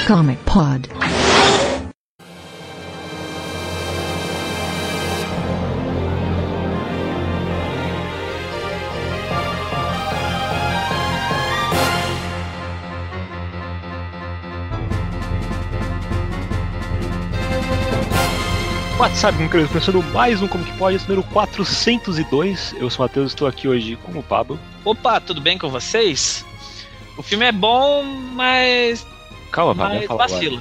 Comic Pod. WhatsApp, meu querido, começando mais um Comic Pod, número 402. Eu sou o Matheus, estou aqui hoje com o Pablo. Opa, tudo bem com vocês? O filme é bom, mas... Calma, Pablo, vamos falar vacila.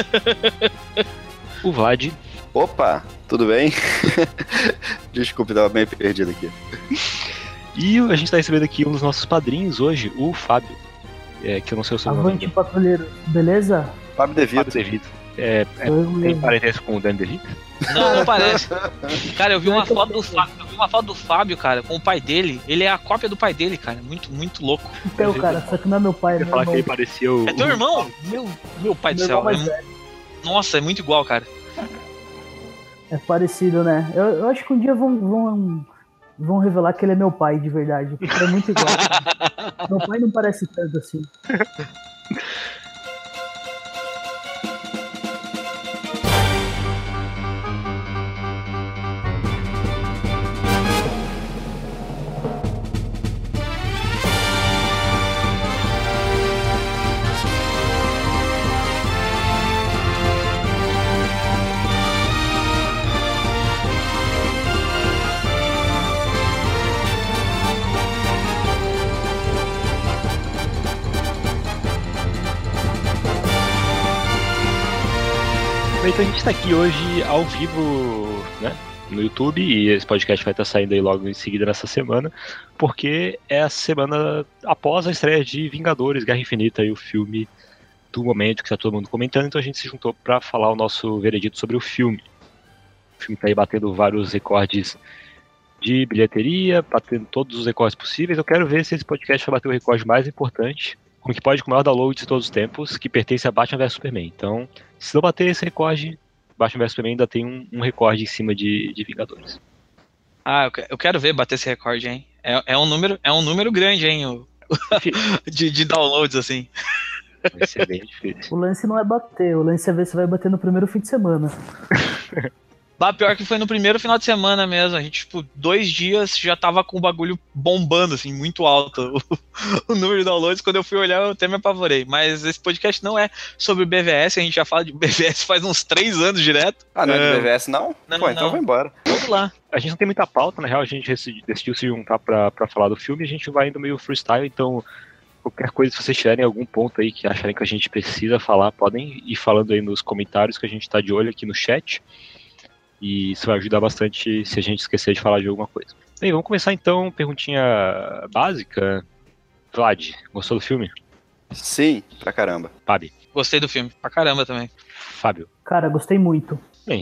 O Vlad. Opa, tudo bem? Desculpe, estava bem perdido aqui. E a gente está recebendo aqui um dos nossos padrinhos hoje, o Fábio. Que eu não sei o seu nome. Avante, patrulheiro, beleza? Fábio Devido. Fábio Devido. Tem parentesco com o Dan DeVito? Não parece. Cara, eu vi uma foto do Fábio, cara, com o pai dele. Ele é a cópia do pai dele, cara. Muito louco. Então, cara, só que não é meu pai, Eu ia falar que ele parecia o... É teu irmão? Meu pai do céu. Nossa, é muito igual, cara. É parecido, né? Eu acho que um dia vão revelar que ele é meu pai, de verdade. Porque é muito igual. Meu pai não parece tanto assim. Então a gente está aqui hoje ao vivo, né, no YouTube, e esse podcast vai estar saindo aí logo em seguida nessa semana, porque é a semana após a estreia de Vingadores, Guerra Infinita, e o filme do momento que está todo mundo comentando, então a gente se juntou para falar o nosso veredito sobre o filme. O filme está aí batendo vários recordes de bilheteria, batendo todos os recordes possíveis. Eu quero ver se esse podcast vai bater o recorde mais importante, como que pode, com o maior download de todos os tempos, que pertence a Batman vs Superman. Então, se não bater esse recorde, Batman vs Superman ainda tem um recorde em cima de Vingadores. Ah, eu quero ver bater esse recorde, hein? É um número grande, hein? de downloads, assim. Vai ser bem difícil. O lance não é bater, o lance é ver se vai bater no primeiro fim de semana. Pior que foi no primeiro final de semana mesmo. A gente, 2 dias já tava com o bagulho bombando, assim, muito alto. O número de downloads, quando eu fui olhar, eu até me apavorei. Mas esse podcast não é sobre BVS, a gente já fala de BVS faz uns 3 anos direto. Ah, não é de BVS, não? Não, Pô, então não. vai embora. Vamos lá. A gente não tem muita pauta, na real, a gente decidiu se juntar pra falar do filme, e a gente vai indo meio freestyle, então qualquer coisa, se vocês tiverem algum ponto aí que acharem que a gente precisa falar, podem ir falando aí nos comentários, que a gente tá de olho aqui no chat. E isso vai ajudar bastante se a gente esquecer de falar de alguma coisa. Bem, vamos começar então, perguntinha básica. Vlad, gostou do filme? Sim, pra caramba. Fábio. Gostei do filme, pra caramba também. Fábio. Cara, gostei muito. Bem,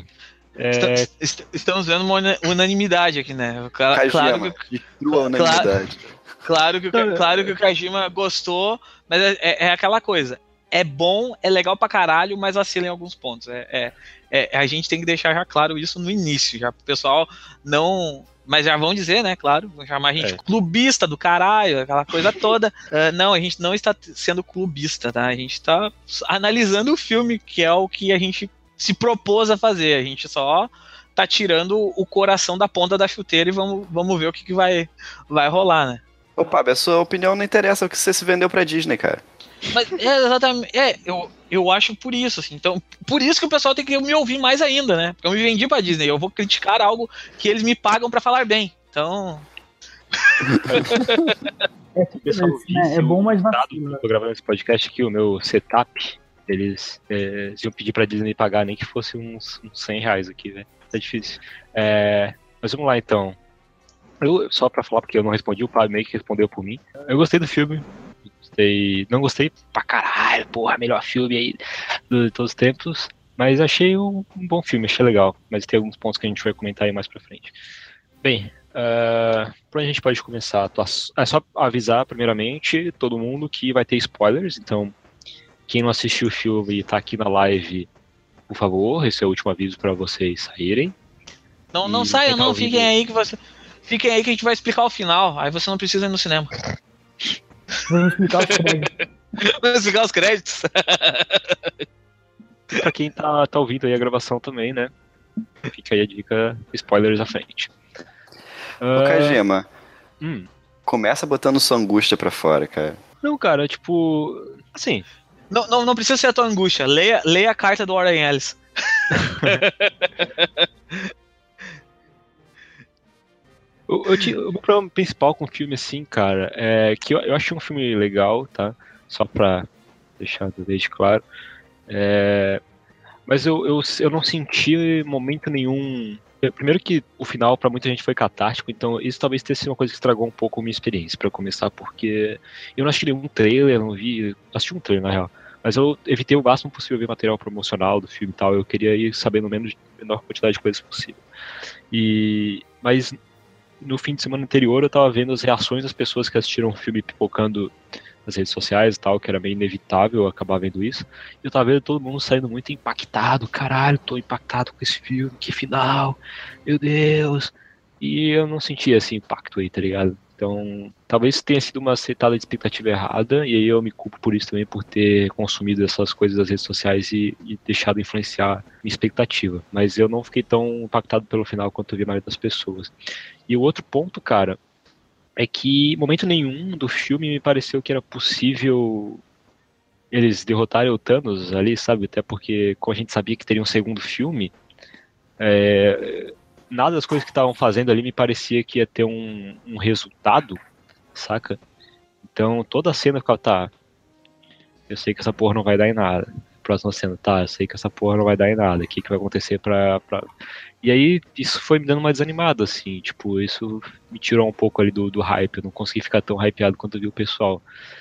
estamos vendo uma unanimidade aqui, né? Kajima, destrua a unanimidade. Claro que o Kajima gostou, mas é aquela coisa. É bom, é legal pra caralho, mas vacila em alguns pontos. A gente tem que deixar já claro isso no início, já pro pessoal não... Mas já vão dizer, né, claro, vão chamar a gente clubista do caralho, aquela coisa toda. Não, a gente não está sendo clubista, tá? A gente está analisando o filme, que é o que a gente se propôs a fazer. A gente só tá tirando o coração da ponta da chuteira e vamos ver o que vai rolar, né? Ô, Pablo, a sua opinião não interessa o que você se vendeu pra Disney, cara. Mas exatamente, eu acho por isso, assim. Então, por isso que o pessoal tem que me ouvir mais ainda, né? Porque eu me vendi pra Disney, eu vou criticar algo que eles me pagam pra falar bem. Então... É bom, mas vacila. Eu tô gravando esse podcast aqui, o meu setup, eles iam pedir pra Disney pagar nem que fosse uns R$100 aqui, velho. Tá difícil. Mas vamos lá, então. Só pra falar, porque eu não respondi, o Pablo meio que respondeu por mim. Eu gostei do filme. Não gostei pra caralho, porra, melhor filme aí de todos os tempos, mas achei um bom filme, achei legal, mas tem alguns pontos que a gente vai comentar aí mais pra frente. Bem, pra gente pode começar, é só avisar primeiramente todo mundo que vai ter spoilers, então quem não assistiu o filme e tá aqui na live, por favor, esse é o último aviso pra vocês saírem. Não saiam não, fiquem aí que a gente vai explicar o final, aí você não precisa ir no cinema. Vamos explicar o que Vamos ligar os créditos. E pra quem tá ouvindo aí a gravação também, né? Fica aí a dica, spoilers à frente. Ô, Kajima, começa botando sua angústia pra fora, cara. Não, cara, tipo... Assim... Não precisa ser a tua angústia. Leia a carta do Warren Ellis. O meu problema principal com o filme, assim, cara, é que eu achei um filme legal, tá? Só pra deixar desde claro. Mas eu não senti momento nenhum. Primeiro que o final pra muita gente foi catártico, então isso talvez tenha sido uma coisa que estragou um pouco a minha experiência, pra começar, porque eu não assisti nenhum trailer, não vi. Assisti um trailer, na real. Mas eu evitei o máximo possível ver material promocional do filme e tal. Eu queria ir sabendo a menor quantidade de coisas possível. Mas no fim de semana anterior eu tava vendo as reações das pessoas que assistiram o filme pipocando nas redes sociais e tal, que era meio inevitável eu acabar vendo isso. E eu tava vendo todo mundo saindo muito impactado. Caralho, tô impactado com esse filme, que final, meu Deus. E eu não senti esse impacto aí, tá ligado? Então, talvez tenha sido uma aceitada de expectativa errada, e aí eu me culpo por isso também, por ter consumido essas coisas das redes sociais e deixado influenciar minha expectativa. Mas eu não fiquei tão impactado pelo final quanto eu vi a maioria das pessoas. E o outro ponto, cara, é que em momento nenhum do filme me pareceu que era possível eles derrotarem o Thanos ali, sabe? Até porque, como a gente sabia que teria um segundo filme, nada das coisas que estavam fazendo ali me parecia que ia ter um resultado, saca? Então toda a cena ficava, tá, eu sei que essa porra não vai dar em nada. Próxima cena, tá, eu sei que essa porra não vai dar em nada. O que vai acontecer pra... E aí isso foi me dando uma desanimada, assim, tipo, isso me tirou um pouco ali do hype, eu não consegui ficar tão hypeado quanto eu vi o pessoal.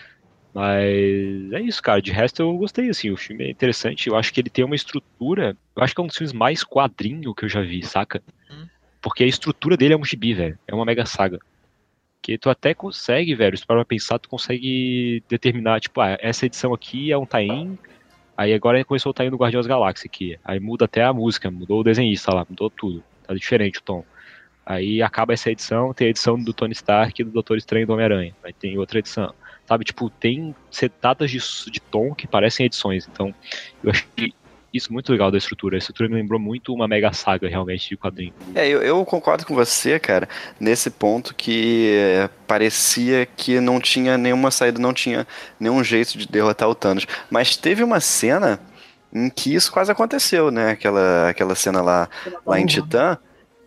Mas é isso, cara, de resto eu gostei, assim, o filme é interessante, eu acho que ele tem uma estrutura, eu acho que é um dos filmes mais quadrinho que eu já vi, saca? Porque a estrutura dele é um gibi, velho, é uma mega saga. Que tu até consegue, velho, se parar pra pensar, tu consegue determinar, tipo, essa edição aqui é um tie-in, aí agora começou o tie-in do Guardiões da Galáxia aqui, aí muda até a música, mudou o desenhista lá, mudou tudo, tá diferente o tom. Aí acaba essa edição, tem a edição do Tony Stark e do Doutor Estranho e do Homem-Aranha, aí tem outra edição. Sabe, tipo, tem setadas de tom que parecem edições. Então, eu achei isso muito legal da estrutura. A estrutura me lembrou muito uma mega saga, realmente, de quadrinho. Eu concordo com você, cara, nesse ponto que parecia que não tinha nenhuma saída, não tinha nenhum jeito de derrotar o Thanos. Mas teve uma cena em que isso quase aconteceu, né? Aquela cena lá em Titã.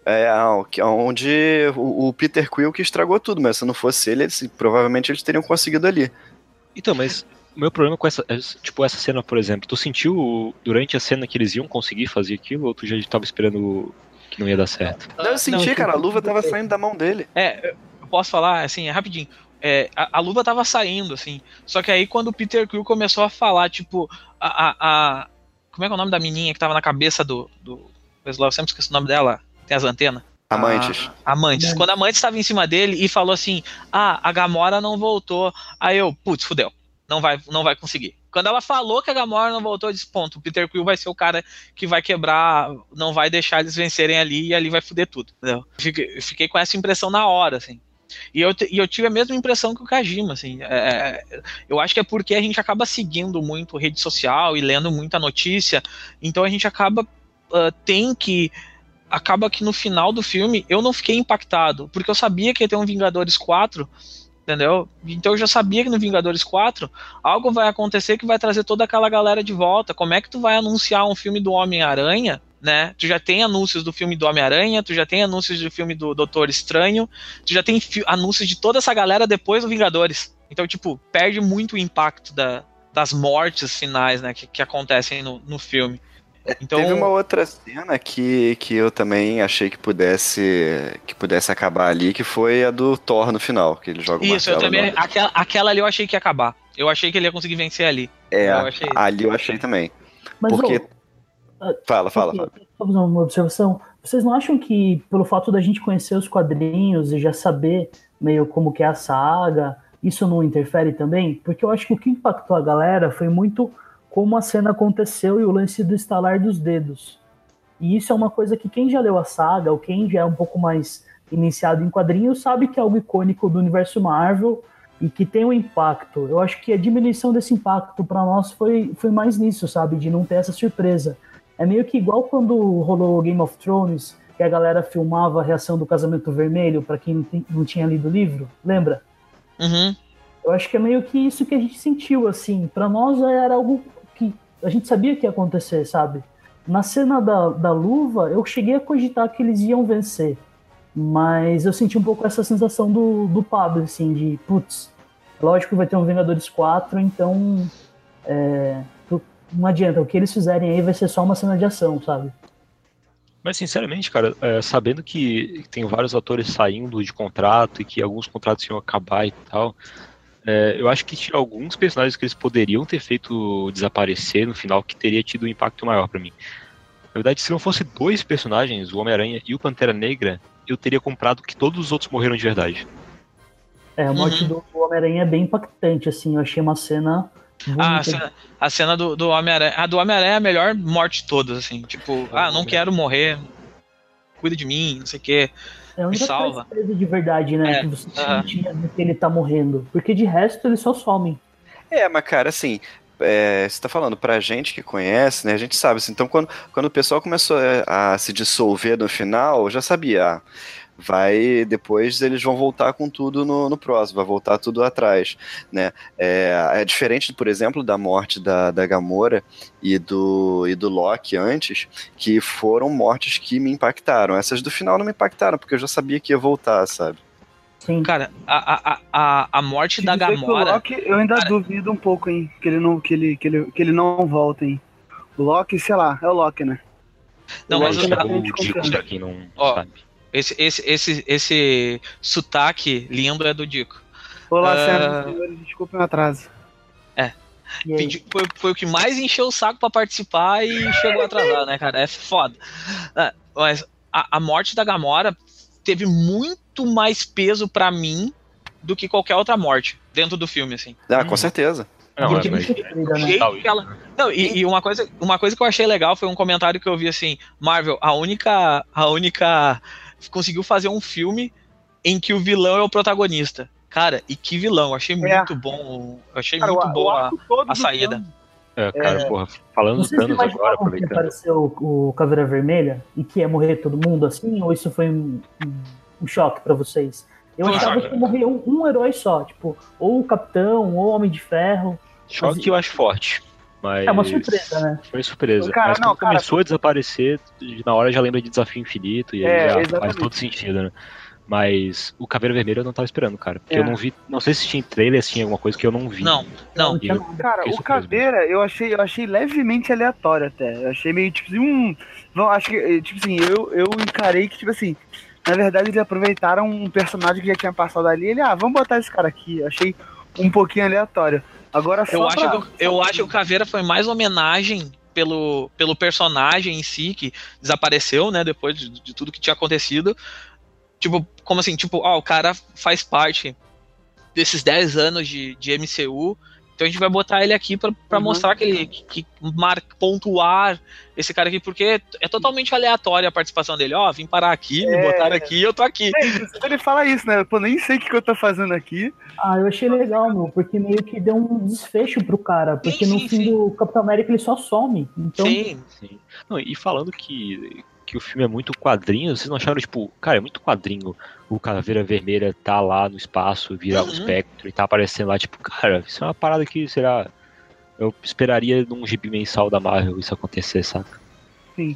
Onde o Peter Quill que estragou tudo, mas se não fosse ele, provavelmente eles teriam conseguido ali. Então, mas o meu problema com essa cena, por exemplo, tu sentiu durante a cena que eles iam conseguir fazer aquilo, ou tu já estava esperando que não ia dar certo? Não, eu senti, cara, a luva tava saindo da mão dele. Eu posso falar, assim, rapidinho. A luva tava saindo, assim, só que aí quando o Peter Quill começou a falar, tipo, como é que é o nome da menininha que tava na cabeça do eu sempre esqueço o nome dela. Tem as antenas? Amantes. Quando a Amantes estava em cima dele e falou assim, a Gamora não voltou. Aí eu, putz, fudeu. Não vai conseguir. Quando ela falou que a Gamora não voltou, eu disse, ponto, o Peter Quill vai ser o cara que vai quebrar, não vai deixar eles vencerem ali e ali vai fuder tudo. Entendeu? Fiquei com essa impressão na hora, assim. E eu tive a mesma impressão que o Kajima, assim. Eu acho que é porque a gente acaba seguindo muito rede social e lendo muita notícia, então a gente acaba acaba que no final do filme eu não fiquei impactado, porque eu sabia que ia ter um Vingadores 4, entendeu? Então eu já sabia que no Vingadores 4 algo vai acontecer que vai trazer toda aquela galera de volta. Como é que tu vai anunciar um filme do Homem-Aranha, né? Tu já tem anúncios do filme do Homem-Aranha, tu já tem anúncios do filme do Doutor Estranho, tu já tem anúncios de toda essa galera depois do Vingadores. Então, tipo, perde muito o impacto das mortes finais, né, que acontecem no filme. Então, teve uma outra cena que eu também achei que pudesse acabar ali, que foi a do Thor no final, que ele joga o martelo. Eu também, aquela ali eu achei que ia acabar. Eu achei que ele ia conseguir vencer ali. Ali eu achei também. Mas porque... Fala. Vou fazer uma observação. Vocês não acham que, pelo fato da gente conhecer os quadrinhos e já saber meio como que é a saga, isso não interfere também? Porque eu acho que o que impactou a galera foi muito como a cena aconteceu e o lance do estalar dos dedos. E isso é uma coisa que quem já leu a saga, ou quem já é um pouco mais iniciado em quadrinhos, sabe que é algo icônico do universo Marvel, e que tem um impacto. Eu acho que a diminuição desse impacto para nós foi mais nisso, sabe? De não ter essa surpresa. É meio que igual quando rolou Game of Thrones, que a galera filmava a reação do Casamento Vermelho para quem não tinha lido o livro, lembra? Uhum. Eu acho que é meio que isso que a gente sentiu, assim. Para nós era algo que a gente sabia que ia acontecer, sabe? Na cena da luva, eu cheguei a cogitar que eles iam vencer. Mas eu senti um pouco essa sensação do Pablo, assim, de, putz, lógico que vai ter um Vingadores 4, então não adianta, o que eles fizerem aí vai ser só uma cena de ação, sabe? Mas, sinceramente, cara, sabendo que tem vários atores saindo de contrato e que alguns contratos iam acabar e tal, eu acho que tinha alguns personagens que eles poderiam ter feito desaparecer no final que teria tido um impacto maior pra mim. Na verdade, se não fosse 2 personagens, o Homem-Aranha e o Pantera Negra, eu teria comprado que todos os outros morreram de verdade. A morte do Homem-Aranha é bem impactante, assim, eu achei uma cena... A cena do Homem-Aranha. A do Homem-Aranha é a melhor morte de todas, assim. Tipo, não quero morrer. Cuida de mim, não sei o quê. É a única me salva. Coisa de verdade, né? Que você sentia que ele tá morrendo. Porque de resto eles só somem. Mas cara, assim, você tá falando pra gente que conhece, né? A gente sabe, assim, então quando o pessoal começou a se dissolver no final, eu já sabia, depois eles vão voltar com tudo no próximo, vai voltar tudo atrás, né? É diferente, por exemplo, da morte da Gamora e do Loki antes, que foram mortes que me impactaram. Essas do final não me impactaram, porque eu já sabia que ia voltar, sabe? Sim. Cara, a morte da Gamora... O Loki, eu ainda duvido um pouco, hein, que ele não volta, hein. O Loki, sei lá, é o Loki, né? Não, mas pra quem não sabe. Esse sotaque lindo é do Dico. Olá, senhoras e senhores, desculpem o atraso. Foi o que mais encheu o saco pra participar e chegou atrasado, né, cara? É foda. Mas a morte da Gamora teve muito mais peso pra mim do que qualquer outra morte dentro do filme, assim. Com certeza. E uma coisa que eu achei legal foi um comentário que eu vi assim: Marvel, a única conseguiu fazer um filme em que o vilão é o protagonista. Cara, e que vilão, eu achei muito bom. Eu achei muito boa a saída. Porra, falando do Thanos agora, aproveitando. Apareceu o Caveira Vermelha e que ia morrer todo mundo assim, ou isso foi um choque pra vocês? Eu achava que ia morrer um herói só, tipo, ou o Capitão, ou o Homem de Ferro. Choque eu acho forte. Mas é uma surpresa, né? Foi surpresa. Mas quando começou a desaparecer, na hora já lembra de Desafio Infinito e aí já faz todo sentido, né? Mas o Caveira Vermelha eu não tava esperando, cara. Porque eu não vi. Não sei se tinha trailer, se tinha alguma coisa que eu não vi. Não. Cara, o Caveira eu achei levemente aleatório até. Eu achei meio tipo assim, acho que, tipo assim, eu encarei que, tipo assim, na verdade eles aproveitaram um personagem que já tinha passado ali. Vamos botar esse cara aqui. Eu achei um pouquinho aleatório. Agora eu acho que o Caveira foi mais homenagem pelo personagem em si, que desapareceu, né, depois de tudo que tinha acontecido. Tipo, como assim? Tipo, o cara faz parte desses 10 anos de MCU, então a gente vai botar ele aqui pra mostrar que pontuar esse cara aqui, porque é totalmente aleatória a participação dele. Vim parar aqui, me botaram aqui e eu tô aqui. Ele fala isso, né? Pô, nem sei o que eu tô fazendo aqui. Eu achei legal, meu, porque meio que deu um desfecho pro cara, porque no fim do Capitão América ele só some. Então... Sim. Não, e falando que o filme é muito quadrinho, vocês não acharam, tipo, cara, é muito quadrinho o Caveira Vermelha tá lá no espaço, virar o espectro e tá aparecendo lá, tipo, cara, isso é uma parada que, será, eu esperaria num gibi mensal da Marvel isso acontecer, saca? Sim.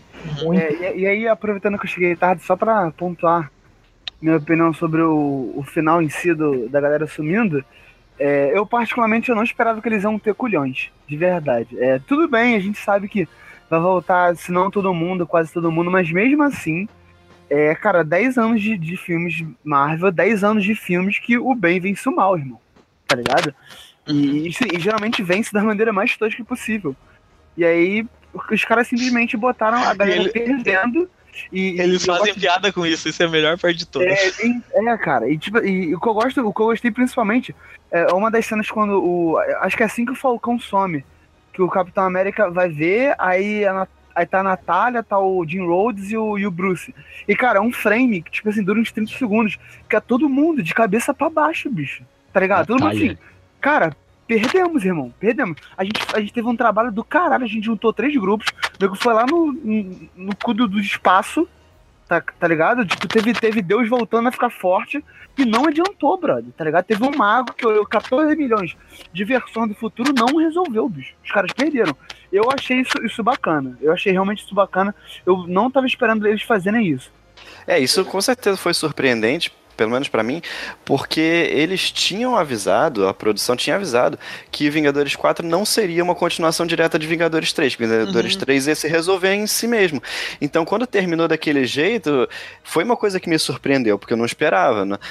E aí, aproveitando que eu cheguei tarde, só pra pontuar minha opinião sobre o final em si da galera sumindo, eu particularmente eu não esperava que eles iam ter culhões, de verdade. Tudo bem, a gente sabe que vai voltar, se não todo mundo, quase todo mundo, mas mesmo assim, cara, 10 anos de filmes Marvel, 10 anos de filmes que o bem vence o mal, irmão, tá ligado? E geralmente vence da maneira mais tosca possível. E aí, os caras simplesmente botaram a galera perdendo. Eles fazem piada com isso é a melhor parte de todas. Cara, e o que eu gostei principalmente, uma das cenas quando acho que é assim que o Falcão some, que o Capitão América vai ver, aí tá a Natália, tá o Jim Rhodes e o Bruce. E, cara, é um frame que, tipo assim, dura uns 30 segundos, que é todo mundo de cabeça pra baixo, bicho. tá ligado? Todo mundo assim, cara, perdemos, irmão, perdemos. A gente teve um trabalho do caralho, a gente juntou 3 grupos, o nego foi lá no cu do espaço, tá ligado? Tipo, teve Deus voltando a ficar forte e não adiantou, brother, tá ligado? Teve um mago que 14 milhões de versões do futuro não resolveu, bicho. Os caras perderam. Eu achei isso bacana. Eu achei realmente isso bacana. Eu não tava esperando eles fazerem isso. Isso com certeza foi surpreendente, pelo menos pra mim, porque eles tinham avisado, a produção tinha avisado, que Vingadores 4 não seria uma continuação direta de Vingadores 3, que Vingadores 3 ia se resolver em si mesmo. Então, quando terminou daquele jeito, foi uma coisa que me surpreendeu, porque eu não esperava, né?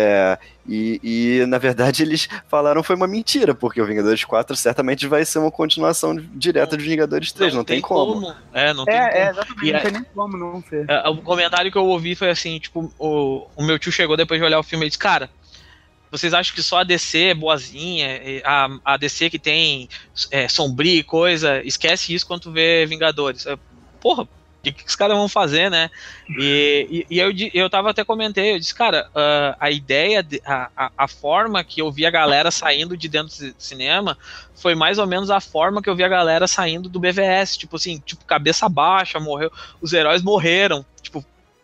E na verdade eles falaram foi uma mentira, porque o Vingadores 4 certamente vai ser uma continuação direta de Vingadores 3, não tem como. Não tem como. Exatamente, não tem nem como não ser. O comentário que eu ouvi foi assim, tipo, o meu tio chegou depois de olhar o filme e disse, cara, vocês acham que só a DC é boazinha, a DC que tem sombrio e coisa, esquece isso quando tu vê Vingadores. Porra, o que os caras vão fazer, né? E eu até comentei, eu disse, cara, a ideia, a forma que eu vi a galera saindo de dentro do cinema foi mais ou menos a forma que eu vi a galera saindo do BVS, tipo assim, cabeça baixa, morreu, os heróis morreram, tipo,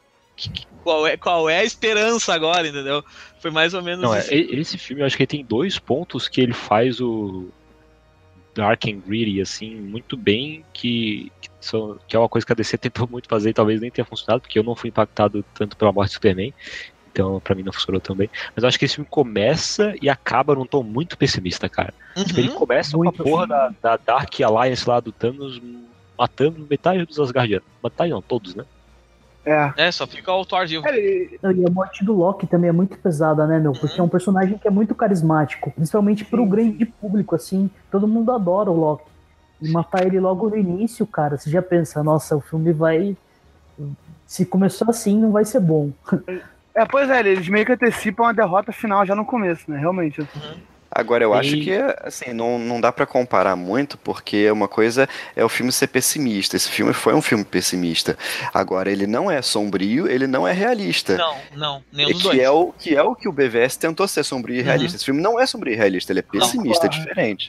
qual é a esperança agora, entendeu? Foi mais ou menos isso. Esse filme, eu acho que ele tem 2 pontos que ele faz o dark and gritty, assim, muito bem, que é uma coisa que a DC tentou muito fazer e talvez nem tenha funcionado, porque eu não fui impactado tanto pela morte do Superman, então pra mim não funcionou tão bem. Mas eu acho que esse filme começa e acaba num tom muito pessimista, cara. Tipo, ele começa com a porra da Dark Alliance lá do Thanos matando metade dos Asgardianos. Metade não, todos, né? Só fica o Thor vivo. E a morte do Loki também é muito pesada, né, meu? Porque é um personagem que é muito carismático, principalmente pro grande público, assim. Todo mundo adora o Loki. E matar ele logo no início, cara, você já pensa, nossa, o filme vai... Se começou assim, não vai ser bom. Pois é, eles meio que antecipam a derrota final já no começo, né? Realmente. Agora, eu acho que, assim, não dá pra comparar muito, porque uma coisa é o filme ser pessimista. Esse filme foi um filme pessimista. Agora, ele não é sombrio, ele não é realista. Não, nenhum dos dois. Que é o que o BVS tentou ser sombrio e realista. Esse filme não é sombrio e realista, ele é pessimista, é diferente.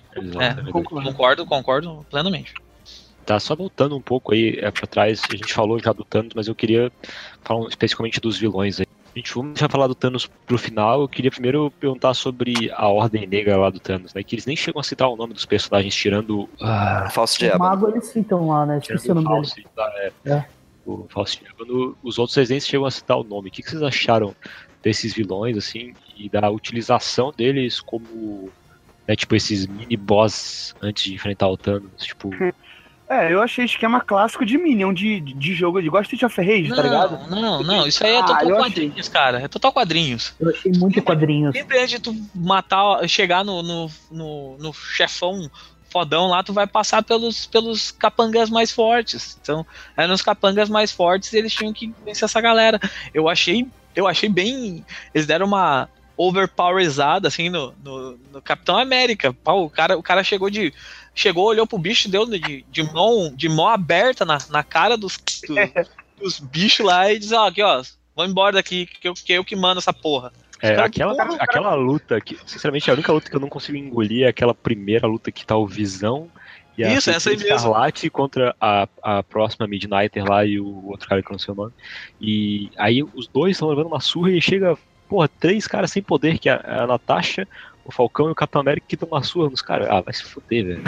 Concordo plenamente. Tá, só voltando um pouco aí pra trás, a gente falou já do Thanos, mas eu queria falar especificamente dos vilões aí. A gente vai falar do Thanos pro final. Eu queria primeiro perguntar sobre a Ordem Negra lá do Thanos, né? Que eles nem chegam a citar o nome dos personagens, tirando Falso de Ébano. O Mago eles citam lá, né? Esqueci o nome dele. O Falso de Ébano. Os outros eles nem chegam a citar o nome. O que vocês acharam desses vilões, assim, e da utilização deles como, né, tipo, esses mini-boss antes de enfrentar o Thanos, tipo... Eu achei esquema clássico de Minion, de jogo, igual Street of Rage, tá ligado? Não, isso aí é total quadrinhos, cara. É total quadrinhos. Eu achei muito quadrinhos. Sempre antes de tu chegar no chefão fodão lá, tu vai passar pelos capangas mais fortes. Então, nos capangas mais fortes eles tinham que vencer essa galera. Eu achei bem... Eles deram uma overpowerizada, assim, no Capitão América. O cara chegou, olhou pro bicho, deu de mão aberta na cara dos bichos lá e disse, aqui, ó, vamos embora daqui, que eu que mando essa porra. Aquela luta, que, sinceramente, a única luta que eu não consigo engolir é aquela primeira luta que tá o Visão e a Escarlate contra a próxima Midnighter lá e o outro cara que eu não sei o nome. E aí os dois estão levando uma surra e chega, 3 caras sem poder, que é a Natasha, o Falcão e o Capitão América, que dão uma surra nos caras. Vai se fuder, velho.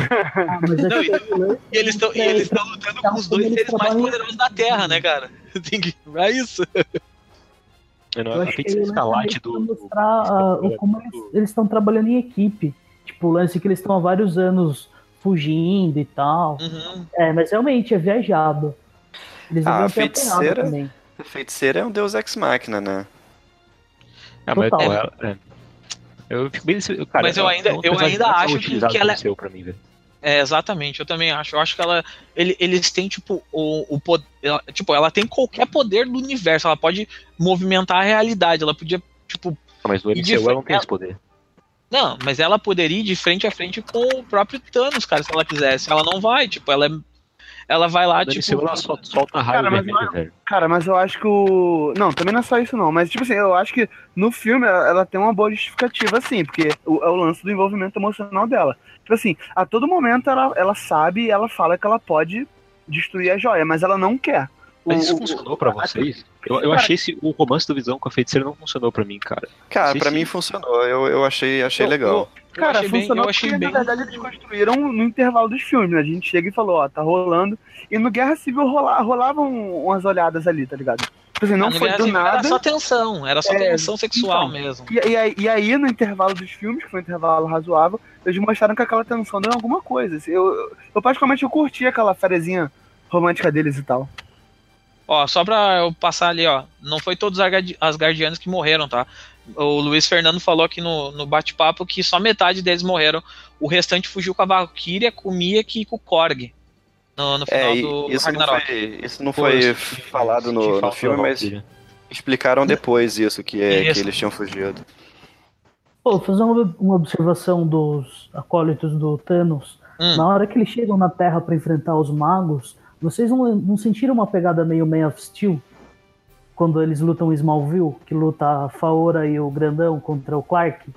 E eles estão lutando com os 2 seres mais poderosos da Terra, né, cara? Tem que lembrar isso. Eu acho que Escarlate mostrar como eles estão trabalhando em equipe. Tipo, o lance que eles estão há vários anos fugindo e tal. Mas realmente é viajado. Eles a feiticeira é um deus ex-máquina, né? Mas eu fico bem... Cara, mas eu ainda acho que ela... pra mim, velho. Exatamente, eu também acho. Eu acho que eles têm, tipo, o poder. Ela tem qualquer poder do universo. Ela pode movimentar a realidade. Ela podia, tipo. Mas no MCU ela não tem esse poder. Não, mas ela poderia ir de frente a frente com o próprio Thanos, cara, se ela quisesse. Ela não vai, tipo, ela vai lá, No tipo... MCU ela solta raio Cara, mas vermelho, velho. Cara, mas eu acho que o. Não, também não é só isso, não. Mas, tipo assim, eu acho que no filme ela tem uma boa justificativa, assim, porque é o lance do envolvimento emocional dela. Tipo assim, a todo momento ela sabe e ela fala que ela pode destruir a joia, mas ela não quer. Mas isso funcionou pra vocês? Eu achei o romance do Visão com a feiticeira não funcionou pra mim, cara. Cara, Sei pra se- mim funcionou. Eu achei legal. Cara, achei bem- funcionou eu achei porque, bem- na verdade, eles construíram no intervalo dos filmes, né? A gente chega e falou, ó, tá rolando. E no Guerra Civil rolavam umas olhadas ali, tá ligado? Tipo assim, não no foi Guerra do Civil nada. Era só tensão, tensão sexual então. mesmo. E aí, no intervalo dos filmes, que foi um intervalo razoável, eles mostraram que aquela tensão deu alguma coisa. Assim, eu particularmente eu curti aquela ferezinha romântica deles e tal. Ó, só pra eu passar ali, ó. Não foi todos as guardianas que morreram, tá? O Luiz Fernando falou aqui no bate-papo que só metade deles morreram. O restante fugiu com a Valkyria, com o Miek e com o Korg. No final do Ragnarok. Isso não foi falado no filme, mas explicaram depois isso, que eles tinham fugido. Pô, vou fazer uma observação dos acólitos do Thanos. Na hora que eles chegam na Terra pra enfrentar os magos, vocês não sentiram uma pegada meio Man of Steel? Quando eles lutam Smallville, que luta a Faora e o Grandão contra o Clark?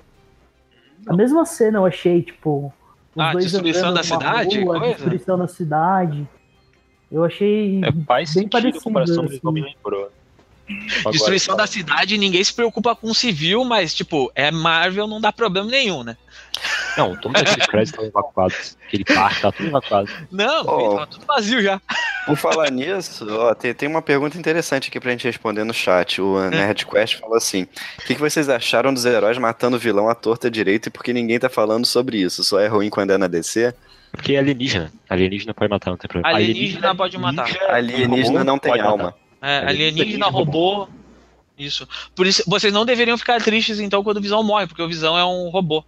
A mesma cena eu achei, tipo... os dois destruição da cidade? Rua, destruição da cidade. Eu achei faz bem sentido parecido. a comparação, mas Assim. não me lembrou. Destruição da cidade, ninguém se preocupa com civil, mas, tipo, é Marvel, não dá problema nenhum, né? Não, todos aqueles prédios estão evacuados. Aquele parque tá tudo evacuado. Não, tá tudo vazio já. Por falar nisso, ó, tem uma pergunta interessante aqui pra gente responder no chat. O NerdQuest falou assim: o que vocês acharam dos heróis matando o vilão à torta direita e por que ninguém tá falando sobre isso? Só é ruim quando é na DC? Porque é alienígena. Alienígena pode matar, não tem problema. Alienígena pode matar. Alienígena não tem alma. Alienígena, robô. Isso. Por isso, vocês não deveriam ficar tristes então quando o Visão morre, porque o Visão é um robô.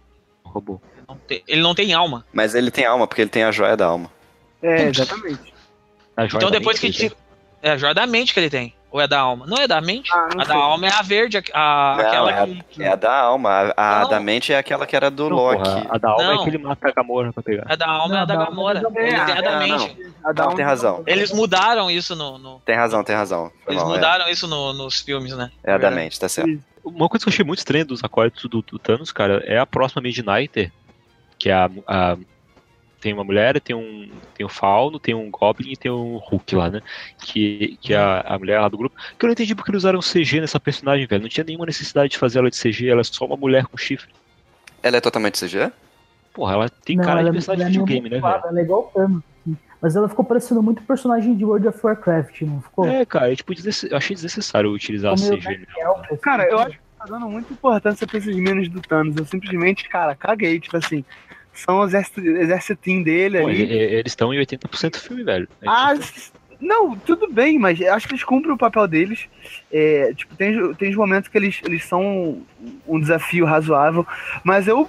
Ele não tem alma. Mas ele tem alma, porque ele tem a joia da alma. Exatamente. Então depois que tira. É a joia da mente que ele tem. Ou é da alma? Não é da mente? A da alma é a verde, aquela que. É a da alma. A da mente é aquela que era do Loki. Porra, a da alma é que ele mata a Gamora pra pegar. A da alma é a da Gamora. Ele tem a da mente. Não, tem razão. Eles mudaram isso no... Tem razão. Eles mudaram isso nos filmes, né? É a da mente, tá certo. Uma coisa que eu achei muito estranha dos acólitos do Thanos, cara, é a próxima Midnighter, que é tem uma mulher, tem um fauno, tem um goblin e tem um Hulk lá, né? Que é a mulher lá do grupo. Que eu não entendi porque eles usaram CG nessa personagem, velho. Não tinha nenhuma necessidade de fazer ela de CG, ela é só uma mulher com chifre. Ela é totalmente CG? Porra, ela tem cara de personagem de videogame, né, velho? Ela é igual o Thanos. Mas ela ficou parecendo muito personagem de World of Warcraft, não ficou? É, cara, eu achei desnecessário utilizar a CG. Né? Cara, eu acho que tá dando muita importância pra esses meninos do Thanos. Eu simplesmente, cara, caguei, tipo assim. São o exércitinho dele ali. Eles estão em 80% do filme, velho. Não, tudo bem, mas acho que eles cumprem o papel deles. Tipo, tem os momentos que eles são um desafio razoável, mas eu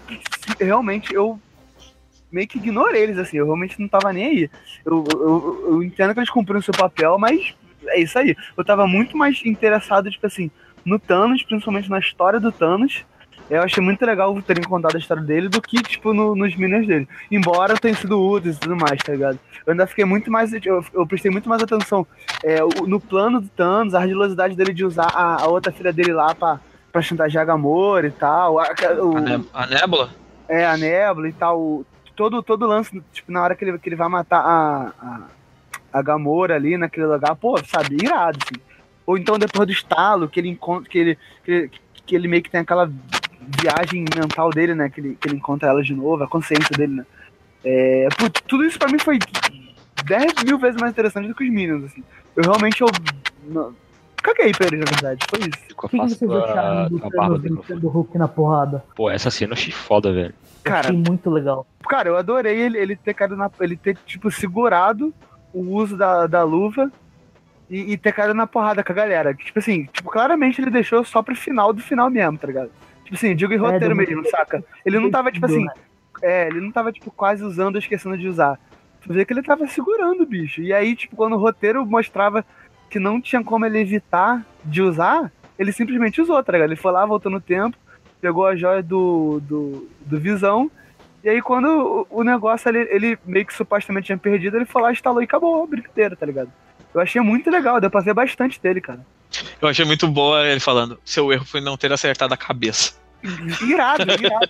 meio que ignorei eles, assim, eu realmente não tava nem aí. Eu entendo que eles cumpriram o seu papel, mas é isso aí. Eu tava muito mais interessado, tipo assim, no Thanos, principalmente na história do Thanos. Eu achei muito legal terem contado a história dele do que, tipo, nos Minions dele. Embora tenha sido úteis e tudo mais, tá ligado? Eu ainda fiquei muito mais... Eu prestei muito mais atenção no plano do Thanos, a ardilosidade dele de usar a outra filha dele lá pra chantagear a Gamora e tal. A Nébula? A Nébula e tal. Todo lance, tipo, na hora que ele vai matar a Gamora ali naquele lugar, pô, sabe, irado, assim. Ou então depois do estalo, que ele encontra... Que ele meio que tem aquela viagem mental dele, né? Que ele encontra ela de novo, a consciência dele, né? Tudo isso pra mim foi 10 mil vezes mais interessante do que os Minions, assim. Eu realmente caguei pra eles, na verdade, foi isso. O que vocês acharam do Thanos vencendo o Hulk na porrada? Pô, essa cena eu achei foda, velho. Cara, achei muito legal. Cara, eu adorei ele ter caído ele ter, tipo, segurado o uso da luva e ter caído na porrada com a galera. Tipo assim, claramente ele deixou só pro final do final mesmo, tá ligado? Tipo assim, digo em roteiro mesmo, saca? Ele não tava, tipo assim... ele não tava, tipo, quase usando ou esquecendo de usar. Tu vê que ele tava segurando o bicho. E aí, tipo, quando o roteiro mostrava que não tinha como ele evitar de usar, ele simplesmente usou, tá ligado? Ele foi lá, voltou no tempo, pegou a joia do Visão E aí quando o negócio ali, ele meio que supostamente tinha perdido, ele foi lá, instalou e acabou a brincadeira, tá ligado? Eu achei muito legal, deu pra ver bastante dele, cara. Eu achei muito boa ele falando, seu erro foi não ter acertado a cabeça. Irado.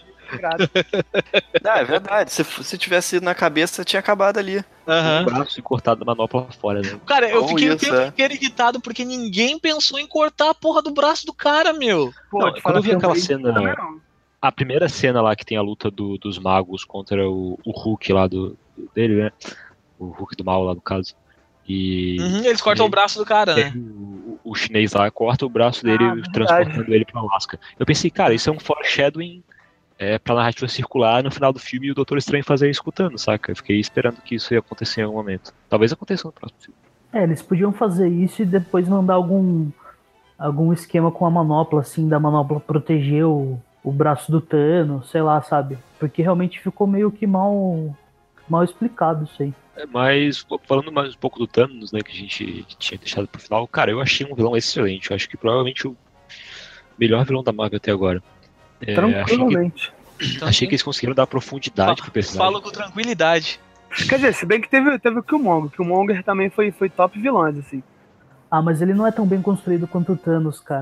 Não, é verdade. Se tivesse ido na cabeça, tinha acabado ali. Aham. O braço e cortado da manopla fora, né? Cara, eu Bom fiquei o isso, tempo inteiro irritado porque ninguém pensou em cortar a porra do braço do cara, meu. Pô, Não, te quando eu falar vi que aquela vi cena- também não. A primeira cena lá que tem a luta dos magos contra o Hulk lá dele, né? O Hulk do mal lá, no caso. E Uhum, eles cortam o braço do cara, e aí né? o chinês lá corta o braço dele, verdade. transportando ele pra Alaska. Eu pensei, cara, isso é um foreshadowing pra narrativa circular no final do filme e o Doutor Estranho fazer isso escutando, saca? Eu fiquei esperando que isso ia acontecer em algum momento. Talvez aconteça no próximo filme. Eles podiam fazer isso e depois mandar algum esquema com a manopla, assim, da manopla proteger o braço do Thanos, sei lá, sabe? Porque realmente ficou meio que mal explicado isso aí. Mas, falando mais um pouco do Thanos, né, que a gente tinha deixado pro final, cara, eu achei um vilão excelente. Eu acho que provavelmente o melhor vilão da Marvel até agora. Tranquilamente. Achei que eles conseguiram dar profundidade pro personagem. Falo com tranquilidade. Quer dizer, se bem que teve o Killmonger. Killmonger também foi top vilões, assim. Ah, mas ele não é tão bem construído quanto o Thanos, cara.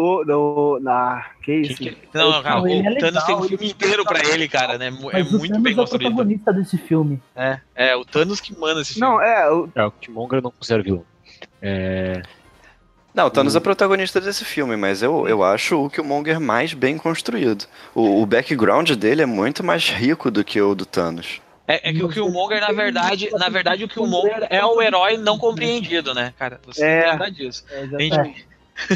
Que isso? Não, cara, Não, ele é o Thanos tem um legal, filme inteiro pra ele, cara, né? É Mas o muito Thanos bem é o construído. protagonista desse filme. É o Thanos que manda esse filme. Não, O Killmonger eu não considero vilão. Não, o Thanos é protagonista desse filme, mas eu acho o Killmonger mais bem construído. O background dele é muito mais rico do que o do Thanos. É que o Killmonger, na verdade, o Killmonger é o herói não compreendido, né, cara? Você tem que lembrar disso. A gente-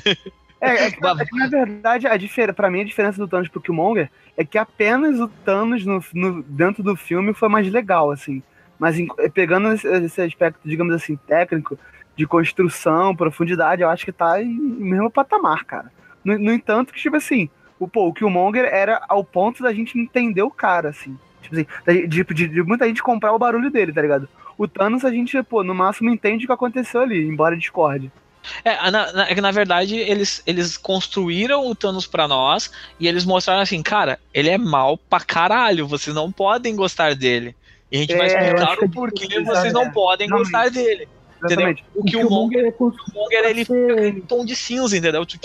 que, na verdade, pra mim, a diferença do Thanos pro Killmonger é que apenas o Thanos dentro do filme foi mais legal, assim. Mas pegando esse aspecto, digamos assim, técnico, de construção, profundidade, eu acho que tá em mesmo patamar, cara. No entanto, que, tipo assim, o Killmonger era ao ponto da gente entender o cara, assim. Tipo assim, de muita gente comprar o barulho dele, tá ligado? O Thanos, a gente, no máximo entende o que aconteceu ali, embora discorde. É que na verdade eles construíram o Thanos pra nós e eles mostraram assim, cara, ele é mal pra caralho, vocês não podem gostar dele. E a gente vai explicar o porquê vocês não podem gostar dele. Entendeu? O Killmonger ele fica em tom de cinza, entendeu? Tipo,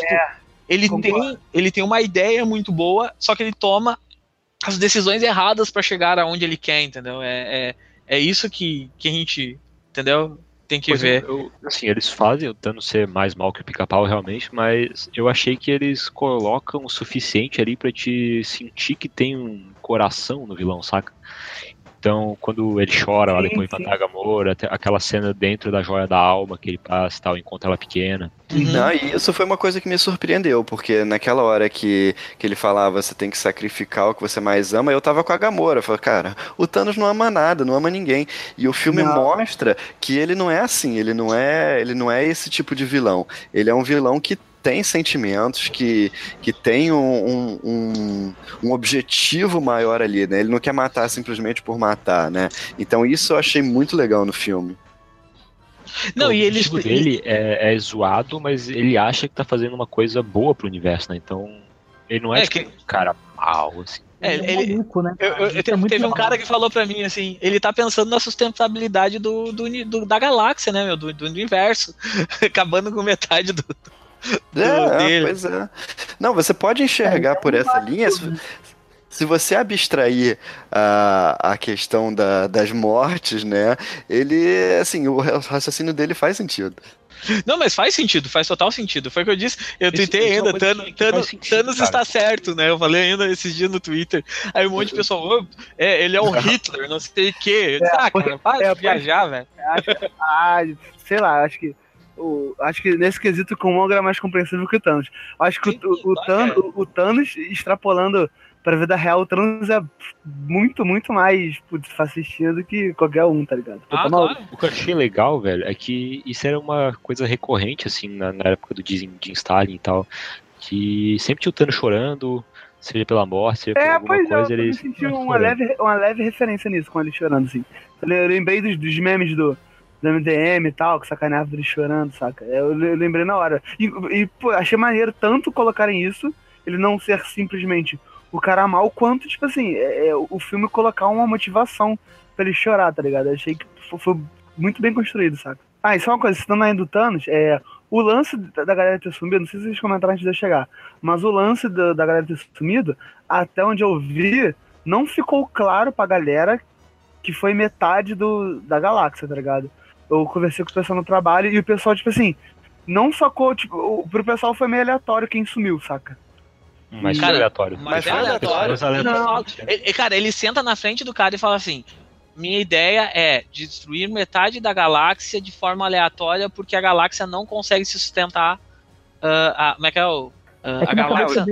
ele tem uma ideia muito boa, só que ele toma as decisões erradas pra chegar aonde ele quer, entendeu? É isso que a gente, entendeu? Tem que ver. Assim, eles fazem o Thanos ser mais mal que o Pica-Pau realmente, mas eu achei que eles colocam o suficiente ali pra te sentir que tem um coração no vilão, saca? Então, quando ele chora lá depois de matar a Gamora, aquela cena dentro da joia da alma que ele passa e tal, encontra ela pequena. Não, e isso foi uma coisa que me surpreendeu, porque naquela hora que ele falava você tem que sacrificar o que você mais ama, eu tava com a Gamora. Eu falei, cara, o Thanos não ama nada, não ama ninguém. E o filme mostra que ele não é assim, ele não é esse tipo de vilão. Ele é um vilão que tem sentimentos, que tem um objetivo maior ali, né? Ele não quer matar simplesmente por matar, né? Então isso eu achei muito legal no filme. Não, e o objetivo dele é zoado, mas ele acha que tá fazendo uma coisa boa pro universo, né? Então, ele não é tipo um cara mal, assim. Ele é maluco, né? Teve um cara que falou pra mim assim, ele tá pensando na sustentabilidade da galáxia, né, meu, do universo, acabando com metade do dele. Pois é. Não, você pode enxergar por essa linha. Se você abstrair a questão das mortes, né? Ele, assim, o raciocínio dele faz sentido. Não, mas faz sentido, faz total sentido. Foi o que eu disse. Eu tuitei ainda, Thanos está certo, né? Eu falei ainda esses dias no Twitter. Aí um monte de pessoal, ele é o Hitler, não sei o quê. Cara, para de viajar, velho. Sei lá, acho que nesse quesito o Killmonger é mais compreensível que o Thanos. Acho que o Thanos, extrapolando pra vida real, o Thanos é muito, muito mais fascista do que qualquer um, tá ligado? Claro. O que eu achei legal, velho, é que isso era uma coisa recorrente, assim, na época do Jim Stalin e tal, que sempre tinha o Thanos chorando, seja pela morte, seja por alguma coisa, eu senti uma leve referência nisso, com ele chorando, assim. Eu lembrei dos memes do MDM e tal, que sacaneava ele chorando, saca? Eu lembrei na hora. E pô, achei maneiro tanto colocarem isso, ele não ser simplesmente o cara amar o quanto, tipo assim, o filme colocar uma motivação pra ele chorar, tá ligado? Eu achei que foi muito bem construído, saca? Ah, e só uma coisa, citando ainda do Thanos, o lance da galera ter sumido, não sei se vocês comentaram antes de eu chegar, mas o lance da galera ter sumido, até onde eu vi, não ficou claro pra galera que foi metade da galáxia, tá ligado? Eu conversei com o pessoal no trabalho e o pessoal, tipo assim, não sacou, tipo, pro pessoal foi meio aleatório quem sumiu, saca? Mas foi aleatório. Mas é aleatório. Não. Cara, ele senta na frente do cara e fala assim: minha ideia é destruir metade da galáxia de forma aleatória porque a galáxia não consegue se sustentar. Como é que é o. A galáxia.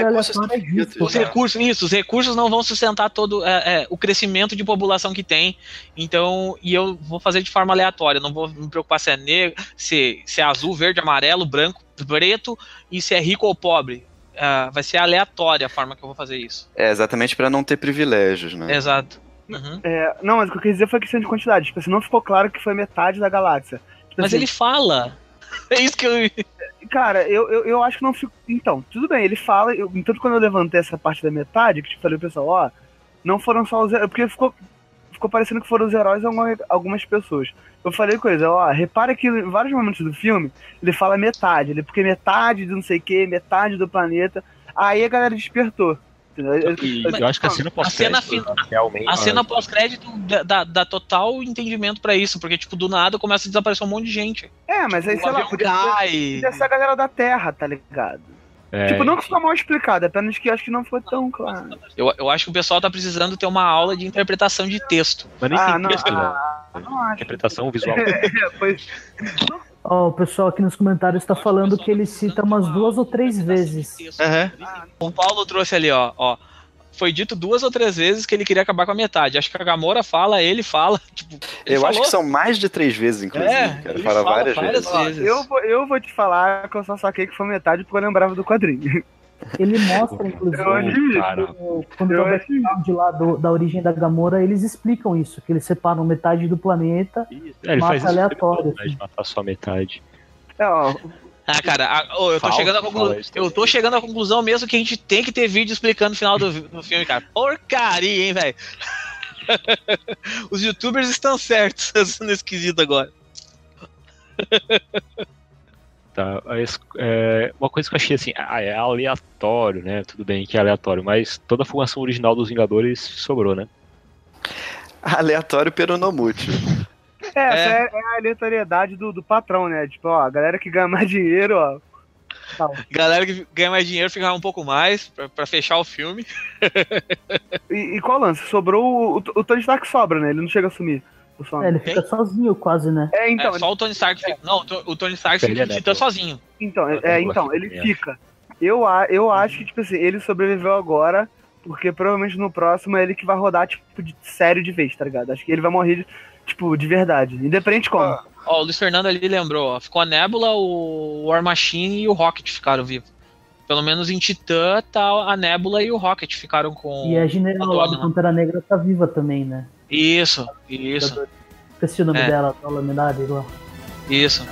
Os recursos não vão sustentar todo o crescimento de população que tem. Então, e eu vou fazer de forma aleatória. Não vou me preocupar se é negro, se é azul, verde, amarelo, branco, preto e se é rico ou pobre. Vai ser aleatória a forma que eu vou fazer isso. Exatamente para não ter privilégios, né? Exato. Uhum. Não, mas o que eu quis dizer foi questão de quantidade. Tipo assim, não ficou claro que foi metade da galáxia. Tipo mas assim, ele fala. É isso que eu. Cara, eu acho que não fico. Então, tudo bem, ele fala. Então, quando eu levantei essa parte da metade, que tipo, falei pro pessoal, não foram só os heróis. Porque ficou parecendo que foram os heróis algumas pessoas. Eu falei coisa, repara que em vários momentos do filme, ele fala metade, porque metade do não sei o que, metade do planeta. Aí a galera despertou. Eu acho que a cena pós-crédito realmente. A cena pós-crédito dá total entendimento pra isso, porque, tipo, do nada começa a desaparecer um monte de gente. Mas aí, sei lá, podia ser a galera da Terra, tá ligado? Tipo, não que ficou mal explicado, apenas que acho que não foi tão claro. Eu acho que o pessoal tá precisando ter uma aula de interpretação de texto. Mas nem tem texto, não. Interpretação visual. Pois. O pessoal aqui nos comentários tá falando que ele cita umas 2 ou 3 vezes. O Paulo trouxe ali, ó. Foi dito 2 ou 3 vezes que ele queria acabar com a metade. Acho que a Gamora fala, ele fala. Tipo, eu acho que são mais de 3 vezes, inclusive. Ele fala várias vezes. Eu vou te falar que eu só saquei que foi metade porque eu lembrava do quadrinho. Ele mostra, inclusive, quando eu de lá da origem da Gamora, eles explicam isso, que eles separam metade do planeta, ele faz aleatório. De matar só metade. Cara, eu tô chegando à conclusão mesmo que a gente tem que ter vídeo explicando o final do filme, cara. Porcaria, hein, velho? Os youtubers estão certos nesse quesito agora. Tá, uma coisa que eu achei assim, é aleatório, né? Tudo bem que é aleatório, mas toda a formação original dos Vingadores sobrou, né? Aleatório peronomútil. Essa é a aleatoriedade do patrão, né? Tipo, a galera que ganha mais dinheiro, Tal. Galera que ganha mais dinheiro fica um pouco mais pra fechar o filme. E qual lance? Sobrou o Tony Stark sobra, né? Ele não chega a sumir. Ele fica sozinho quase, né? Então, só o Tony Stark fica. Não, o Tony Stark fica sozinho. Então, ele fica. Eu acho que, tipo assim, ele sobreviveu agora, porque provavelmente no próximo é ele que vai rodar, tipo, sério de vez, tá ligado? Acho que ele vai morrer, tipo, de verdade. Independente de como. O Luiz Fernando ali lembrou, ficou a Nebula, o War Machine e o Rocket ficaram vivos. Pelo menos em Titã, tá a Nebula e o Rocket ficaram com. E a General lá do Pantera Negra tá viva também, né? Isso. Esqueci o nome dela, a Laminari lá. Isso.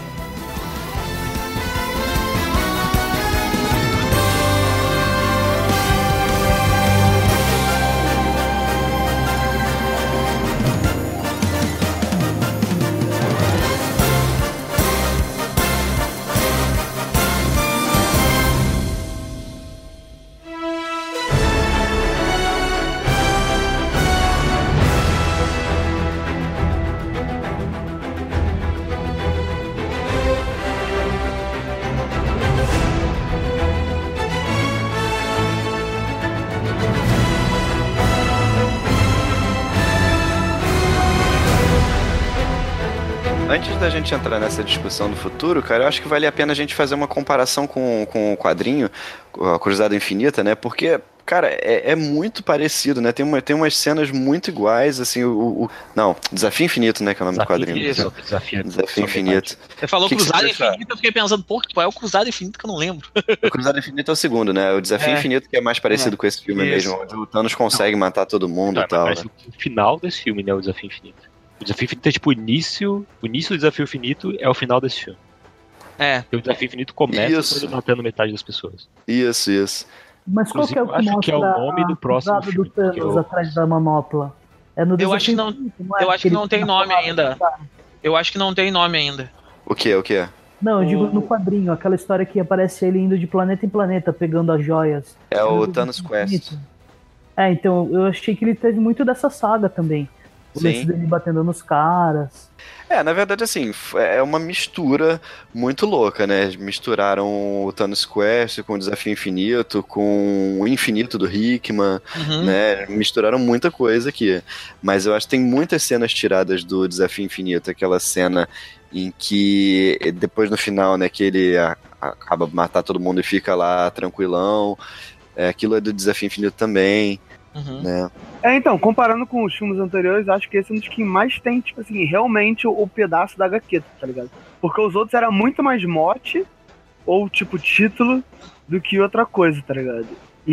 Antes da gente entrar nessa discussão do futuro, cara, eu acho que vale a pena a gente fazer uma comparação com o quadrinho, a Cruzada Infinita, né? Porque, cara, é muito parecido, né? Tem umas cenas muito iguais, assim, Não, Desafio Infinito, né? Que é o nome do quadrinho. Isso, Desafio Infinito. Você falou Cruzada Infinita, eu fiquei pensando, qual é o Cruzada Infinito que eu não lembro? O Cruzada Infinita é o segundo, né? O Desafio Infinito que é mais parecido com esse filme mesmo, onde o Thanos consegue matar todo mundo e tal. Parece o final desse filme, né? O Desafio Infinito. O Desafio Infinito é tipo o início do Desafio Infinito é o final desse filme. Porque o Desafio Infinito começa quando ele matando metade das pessoas. Isso. Mas qual que é o que acho mostra que é o nome do próximo do filme, Thanos que é o- atrás da manopla? É no Eu acho que não, Infinito, é? eu acho que ele não tem fica nome falando, ainda. cara. Eu acho que não tem nome ainda. O quê? O quê? Não, eu digo O- no quadrinho, aquela história que aparece ele indo de planeta em planeta pegando as joias. É o no Thanos Infinito. Quest. Então, eu achei que ele teve muito dessa saga também. O Sim. lance dele batendo nos caras. Na verdade, assim, é uma mistura muito louca, né? Misturaram o Thanos Quest com o Desafio Infinito, com o Infinito do Hickman, Uhum. né? Misturaram muita coisa aqui. Mas eu acho que tem muitas cenas tiradas do Desafio Infinito, aquela cena em que depois no final, né, que ele acaba matar todo mundo e fica lá tranquilão. Aquilo é do Desafio Infinito também, Uhum. né? Então, comparando com os filmes anteriores, acho que esse é um dos que mais tem, tipo assim, realmente o pedaço da HQ, tá ligado? Porque os outros era muito mais mote, ou tipo título, do que outra coisa, tá ligado?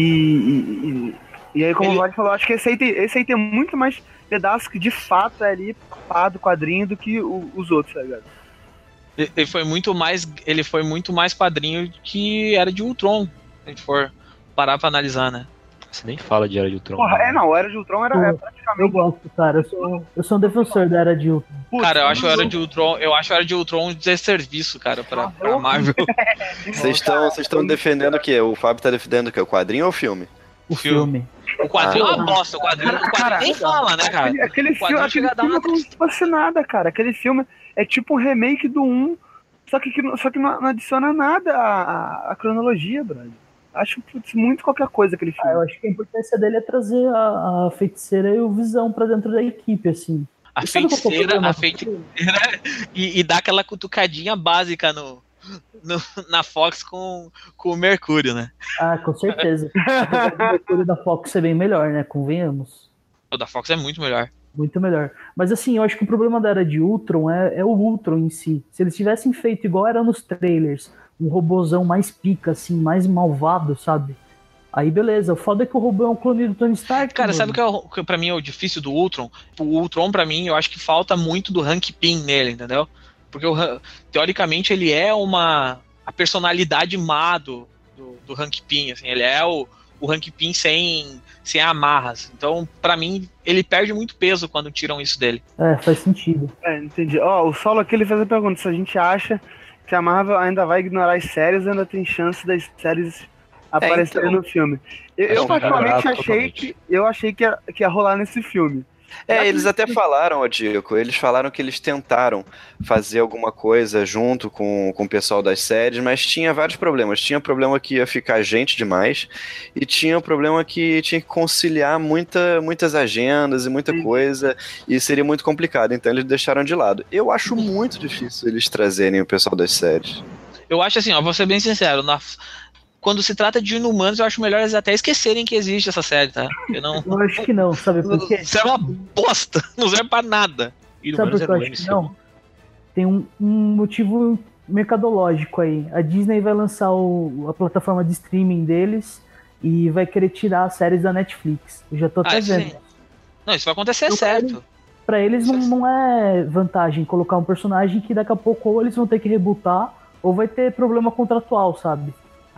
E aí, como o Vlad falou, acho que esse aí tem muito mais pedaço que de fato é ali pá do quadrinho do que os outros, tá ligado? Ele foi muito mais quadrinho que Era de Ultron, se a gente for parar pra analisar, né? Você nem fala de Era de Ultron. Porra, né? não, o Era de Ultron era Eu praticamente... gosto, cara. Eu sou um defensor da Era de Ultron. Putz, Cara, eu acho a Era de Ultron um desserviço, cara, pra Marvel. Vocês estão defendendo o quê? O Fábio tá defendendo o quê? O quadrinho ou o filme? O filme. O quadrinho é uma bosta, o quadrinho nem fala, né, cara? Aquele O quadrinho filme chega a dar é uma como se fosse nada, cara. Aquele filme é tipo um remake do 1, só que não adiciona nada à cronologia, brother. Acho muito qualquer coisa aquele filme. Eu acho que a importância dele é trazer a feiticeira e o Visão pra dentro da equipe, assim. A E sabe qual que é o problema? feiticeira e dá aquela cutucadinha básica na Fox com o Mercúrio, né? Ah, com certeza. Apesar do Mercúrio da Fox ser bem melhor, né? Convenhamos. O da Fox é muito melhor. Muito melhor. Mas assim, eu acho que o problema da Era de Ultron é o Ultron em si. Se eles tivessem feito igual era nos trailers, um robozão mais pica, assim, mais malvado, sabe? Aí beleza. O foda é que o robô é um clone do Tony Stark. Cara, mano. sabe o que pra mim é o difícil do Ultron? O Ultron, pra mim, eu acho que falta muito do Hank Pym nele, entendeu? Porque, teoricamente, ele é a personalidade má do Hank Pym, assim, ele é o Hank Pym sem amarras. Então, pra mim, ele perde muito peso quando tiram isso dele. Faz sentido. Entendi. O Saulo aqui ele fez a pergunta se a gente acha que a Marvel ainda vai ignorar as séries ou ainda tem chance das séries aparecerem no filme. Eu particularmente achei que ia rolar nesse filme. Eles até falaram, Diego, eles falaram que eles tentaram fazer alguma coisa junto com o pessoal das séries, mas tinha vários problemas. Tinha problema que ia ficar gente demais e tinha problema que tinha que conciliar muitas agendas e muita coisa e seria muito complicado, então eles deixaram de lado. Eu acho muito difícil eles trazerem o pessoal das séries. Eu acho assim, vou ser bem sincero, quando se trata de Inumanos, eu acho melhor eles até esquecerem que existe essa série, tá? Eu acho que não, sabe por quê? Isso é uma bosta, não serve pra nada. Sabe por que eu acho que não? Tem um motivo mercadológico aí. A Disney vai lançar a plataforma de streaming deles e vai querer tirar as séries da Netflix. Eu já tô até vendo. Sim. Não, isso vai acontecer, certo. Pra eles não é vantagem colocar um personagem que daqui a pouco ou eles vão ter que rebootar ou vai ter problema contratual, sabe?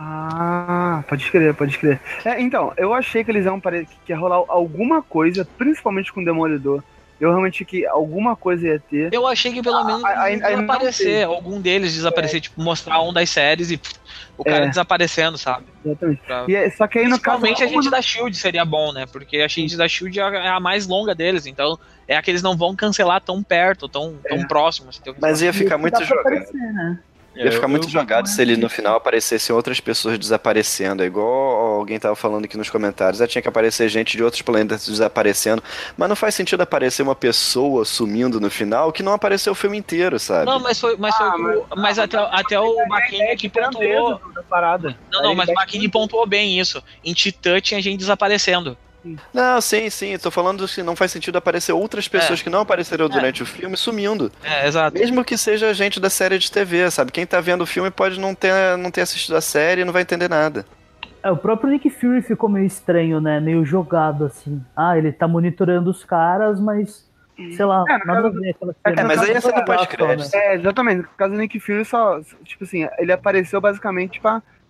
Pode crer. Então, eu achei que eles iam que ia rolar alguma coisa, principalmente com o Demolidor. Eu realmente que alguma coisa ia ter. Eu achei que pelo menos ia aparecer, algum deles desaparecer, tipo, mostrar um das séries e o cara desaparecendo, sabe? Exatamente. Só que aí no caso. Principalmente a gente da SHIELD seria bom, né? Porque a gente da SHIELD é a mais longa deles, então é a que eles não vão cancelar tão perto, tão próximo. Assim, mas ia ficar muito jogado. Aparecer, né? Ia ficar muito jogado se ele no final aparecessem outras pessoas desaparecendo. É igual alguém tava falando aqui nos comentários. Tinha que aparecer gente de outros planetas desaparecendo. Mas não faz sentido aparecer uma pessoa sumindo no final que não apareceu o filme inteiro, sabe? Não, mas até o Makini que pontuou. Mas o Makini pontuou bem isso. Em Titã tinha gente desaparecendo. Não, sim, tô falando que não faz sentido aparecer outras pessoas que não apareceram durante o filme sumindo. Exato. Mesmo que seja gente da série de TV, sabe? Quem tá vendo o filme pode não ter assistido a série e não vai entender nada. O próprio Nick Fury ficou meio estranho, né? Meio jogado, assim. ele tá monitorando os caras, mas... Sei lá, nada a ver aquela cena. Mas aí é cena pós-crédito. Exatamente. No caso do Nick Fury, só... Tipo assim, ele apareceu basicamente pra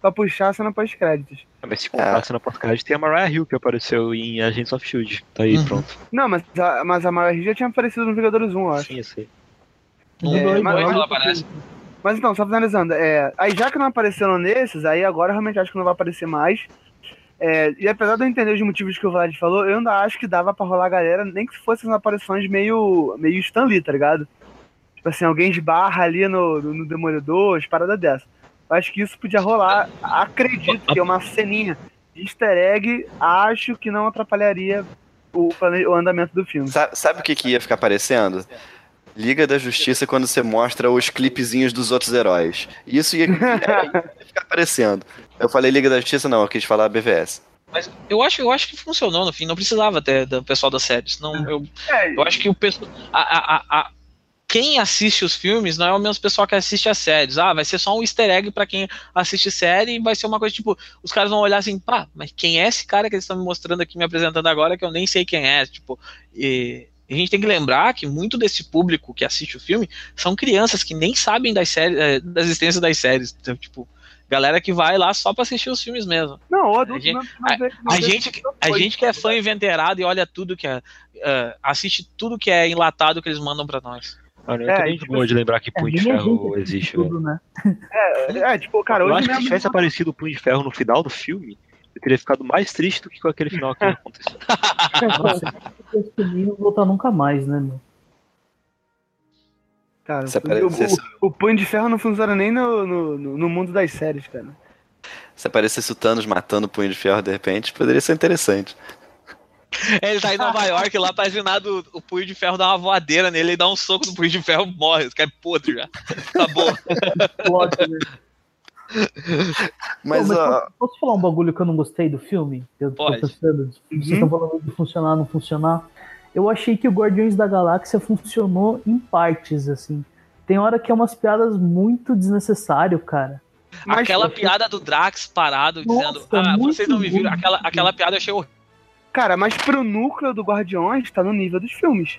pra puxar a cena pós-créditos. Mas se contar a cena pós-crédito, tem a Mariah Hill que apareceu em Agents of S.H.I.E.L.D. Tá aí, pronto. Não, mas a Mariah Hill já tinha aparecido no Vingadores 1, eu acho. Sim, eu sei. Ela aparece. Mas então, só finalizando, aí já que não apareceram nesses, aí agora eu realmente acho que não vai aparecer mais. E apesar de eu entender os motivos que o Vlad falou, eu ainda acho que dava pra rolar a galera, nem que fossem as aparições meio Stan Lee, tá ligado? Tipo assim, alguém esbarra ali no Demolidor, as paradas dessas. Eu acho que isso podia rolar, acredito que é uma ceninha de easter egg, acho que não atrapalharia o andamento do filme. Sabe o que ia ficar aparecendo? Liga da Justiça quando você mostra os clipezinhos dos outros heróis. Isso ia ficar aparecendo. Eu falei Liga da Justiça, não, eu quis falar BVS. Mas eu acho que funcionou no fim, não precisava até do pessoal da série. Senão eu acho que o pessoal. Quem assiste os filmes não é o mesmo pessoal que assiste as séries. Vai ser só um easter egg pra quem assiste série e vai ser uma coisa tipo, os caras vão olhar assim, pá, mas quem é esse cara que eles estão me mostrando aqui, me apresentando agora, que eu nem sei quem é, tipo, a gente tem que lembrar que muito desse público que assiste o filme são crianças que nem sabem das séries, da existência das séries, então, tipo, galera que vai lá só pra assistir os filmes mesmo. Não, adulto a gente que é fã inveterado e olha tudo que assiste tudo que é enlatado que eles mandam pra nós. Mano, eu tô nem de boa de lembrar que Punho de Ferro existe, tudo, velho. né? Tipo, cara, eu hoje acho que mesmo se tivesse aparecido o Punho de Ferro no final do filme, eu teria ficado mais triste do que com aquele final que aconteceu. Nossa, não voltar nunca mais, né, meu? Cara, o Punho de Ferro não funciona nem no mundo das séries, cara. Se aparecesse o Thanos matando o Punho de Ferro de repente, poderia ser interessante. Ele tá em Nova York lá, parece nada, o Punho de Ferro dá uma voadeira nele, ele dá um soco no Punho de Ferro, morre, esse cara é podre já. Acabou. Mas posso falar um bagulho que eu não gostei do filme? Eu tô pensando, vocês estão falando de funcionar, não funcionar. Eu achei que o Guardiões da Galáxia funcionou em partes, assim. Tem hora que é umas piadas muito desnecessárias, cara. Mas aquela piada do Drax parado, dizendo, vocês não me viram, aquela piada eu achei horrível. Cara, mas pro núcleo do Guardiões tá no nível dos filmes.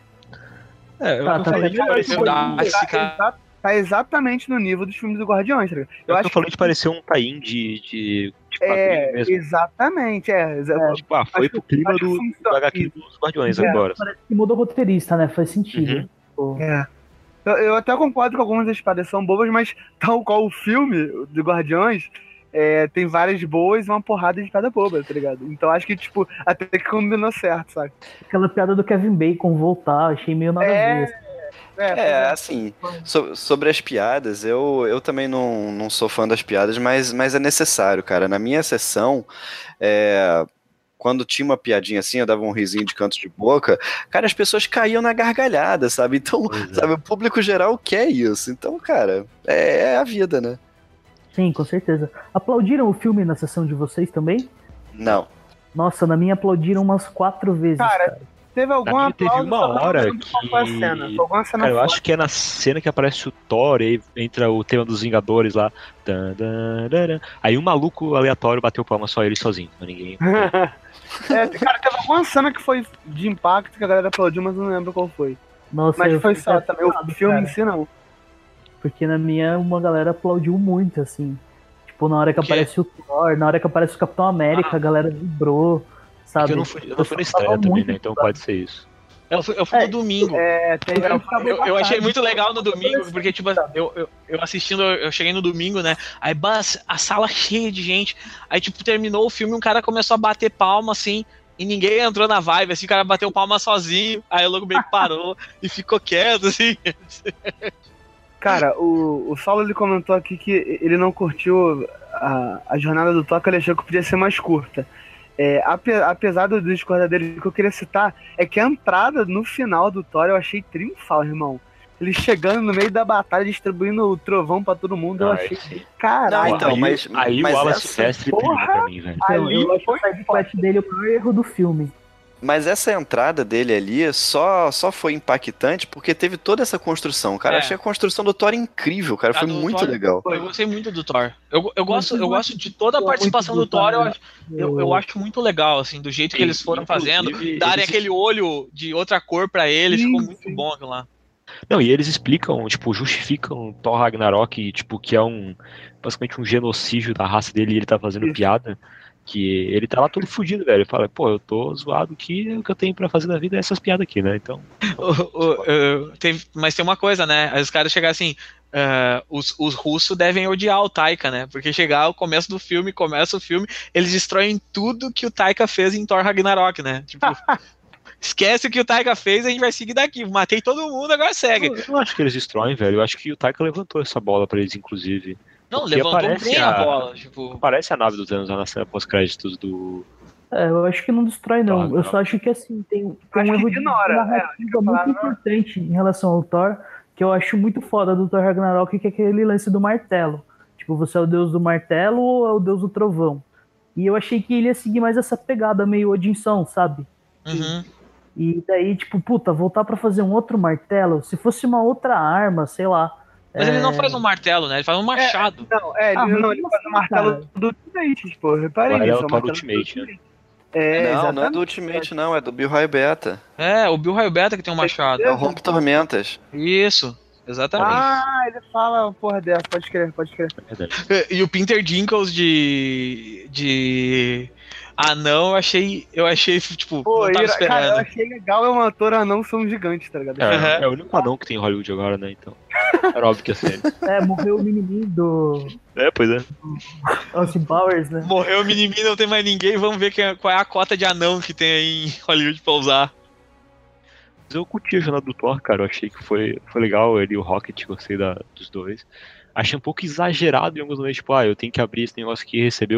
Tá exatamente no nível dos filmes do Guardiões, tá ligado? Eu acho que eu falei de parecer um tie-in de mesmo. Exatamente, Tipo, foi pro clima do HQ dos Guardiões agora. Parece que mudou o roteirista, né? Faz sentido. Eu até concordo que algumas das piadas são bobas, mas tal qual o filme do Guardiões, tem várias boas e uma porrada de piada boba, tá ligado? Então acho que, tipo, até que combinou certo, sabe? Aquela piada do Kevin Bacon voltar, achei meio nada a ver. Assim, sobre as piadas, eu também não sou fã das piadas, mas é necessário, cara. Na minha sessão, quando tinha uma piadinha assim, eu dava um risinho de canto de boca, cara, as pessoas caíam na gargalhada, sabe? Então, sabe, o público geral quer isso. Então, cara, é a vida, né? Sim, com certeza. Aplaudiram o filme na sessão de vocês também? Não. Nossa, na minha aplaudiram umas 4 vezes, cara. Teve alguma teve uma hora que... Cara, eu acho que é na cena que aparece o Thor e aí entra o tema dos Vingadores lá. Aí um maluco aleatório bateu palma só ele sozinho, ninguém. Cara, teve alguma cena que foi de impacto que a galera aplaudiu, mas eu não lembro qual foi. Nossa, mas foi só também, o filme em si não. Porque na minha uma galera aplaudiu muito, assim. Tipo, na hora que aparece o Thor, na hora que aparece o Capitão América, a galera vibrou. Sabe? Eu não fui na estreia também, né? Então pode ser isso. Eu fui no domingo. Eu achei muito legal no domingo, porque, tipo, eu assistindo, eu cheguei no domingo, né? Aí, a sala cheia de gente. Aí, tipo, terminou o filme, um cara começou a bater palma, assim, e ninguém entrou na vibe, assim, o cara bateu palma sozinho. Aí o logo meio que parou e ficou quieto, assim. Cara, o Saulo, ele comentou aqui que ele não curtiu a jornada do Thor, que ele achou que podia ser mais curta. Apesar do discordar dele, o que eu queria citar é que a entrada no final do Thor eu achei triunfal, irmão. Ele chegando no meio da batalha, distribuindo o trovão pra todo mundo, eu achei. Caralho. Então, mas o Wallace Silvestre brilhou pra mim, velho. Eu acho que o sidequest dele é o maior erro do filme. Mas essa entrada dele ali só foi impactante porque teve toda essa construção, cara. Achei a construção do Thor incrível, cara. Foi muito Thor, legal. Eu gostei muito do Thor. Eu gosto de toda a participação do Thor. Eu acho muito legal, assim, do jeito que eles foram fazendo. Darem aquele olho de outra cor pra ele, ficou muito bom aquilo lá. Não, e eles explicam, tipo, justificam Thor Ragnarok, tipo, que é basicamente um genocídio da raça dele e ele tá fazendo piada. Que ele tá lá todo fudido, velho. Ele fala, pô, eu tô zoado aqui, o que eu tenho pra fazer na vida é essas piadas aqui, né? Então. Mas tem uma coisa, né? Os caras chegaram assim. Os russos devem odiar o Taika, né? Porque chegar ao começo do filme, começa o filme, eles destroem tudo que o Taika fez em Thor Ragnarok, né? Tipo, esquece o que o Taika fez, a gente vai seguir daqui. Matei todo mundo, agora segue. Eu não acho que eles destroem, velho. Eu acho que o Taika levantou essa bola pra eles, inclusive. Não, Porque levantou bem a bola. Tipo... Aparece a nave do Thanos lá na cena pós-créditos do. Eu acho que não destrói, não. Thor, eu só acho que, assim, tem um que erro de ignora, narrativa muito importante em relação ao Thor, que eu acho muito foda do Thor Ragnarok, que é aquele lance do martelo. Tipo, você é o deus do martelo ou é o deus do trovão? E eu achei que ele ia seguir mais essa pegada meio Odinson, sabe? Uhum. E daí, tipo, puta, voltar pra fazer um outro martelo, se fosse uma outra arma, sei lá. Mas ele não faz um martelo, né? Ele faz um machado. Ele faz um martelo do Ultimate, pô. Reparei nisso. É o Thor Ultimate, né? Não é do Ultimate, não. É do Bill Raio Beta. O Bill Raio Beta que tem um machado. É o Rompe Tormentas. Isso. Exatamente. Ele fala uma porra dessa, pode crer. E o Peter Dinklage de anão, eu achei, tipo, pô, não tava esperando. Cara, eu achei legal o ator anão ser um gigante, tá ligado? É o único anão que tem em Hollywood agora, né, então. Era óbvio que ia ser ele. Morreu o menininho do... pois é. Austin Powers, né? Morreu o menininho, não tem mais ninguém, vamos ver qual é a cota de anão que tem aí em Hollywood pra usar. Eu curti a jornada do Thor, cara. Eu achei que foi legal. Ele e o Rocket, gostei dos dois. Achei um pouco exagerado em alguns momentos. Tipo, eu tenho que abrir esse negócio aqui e receber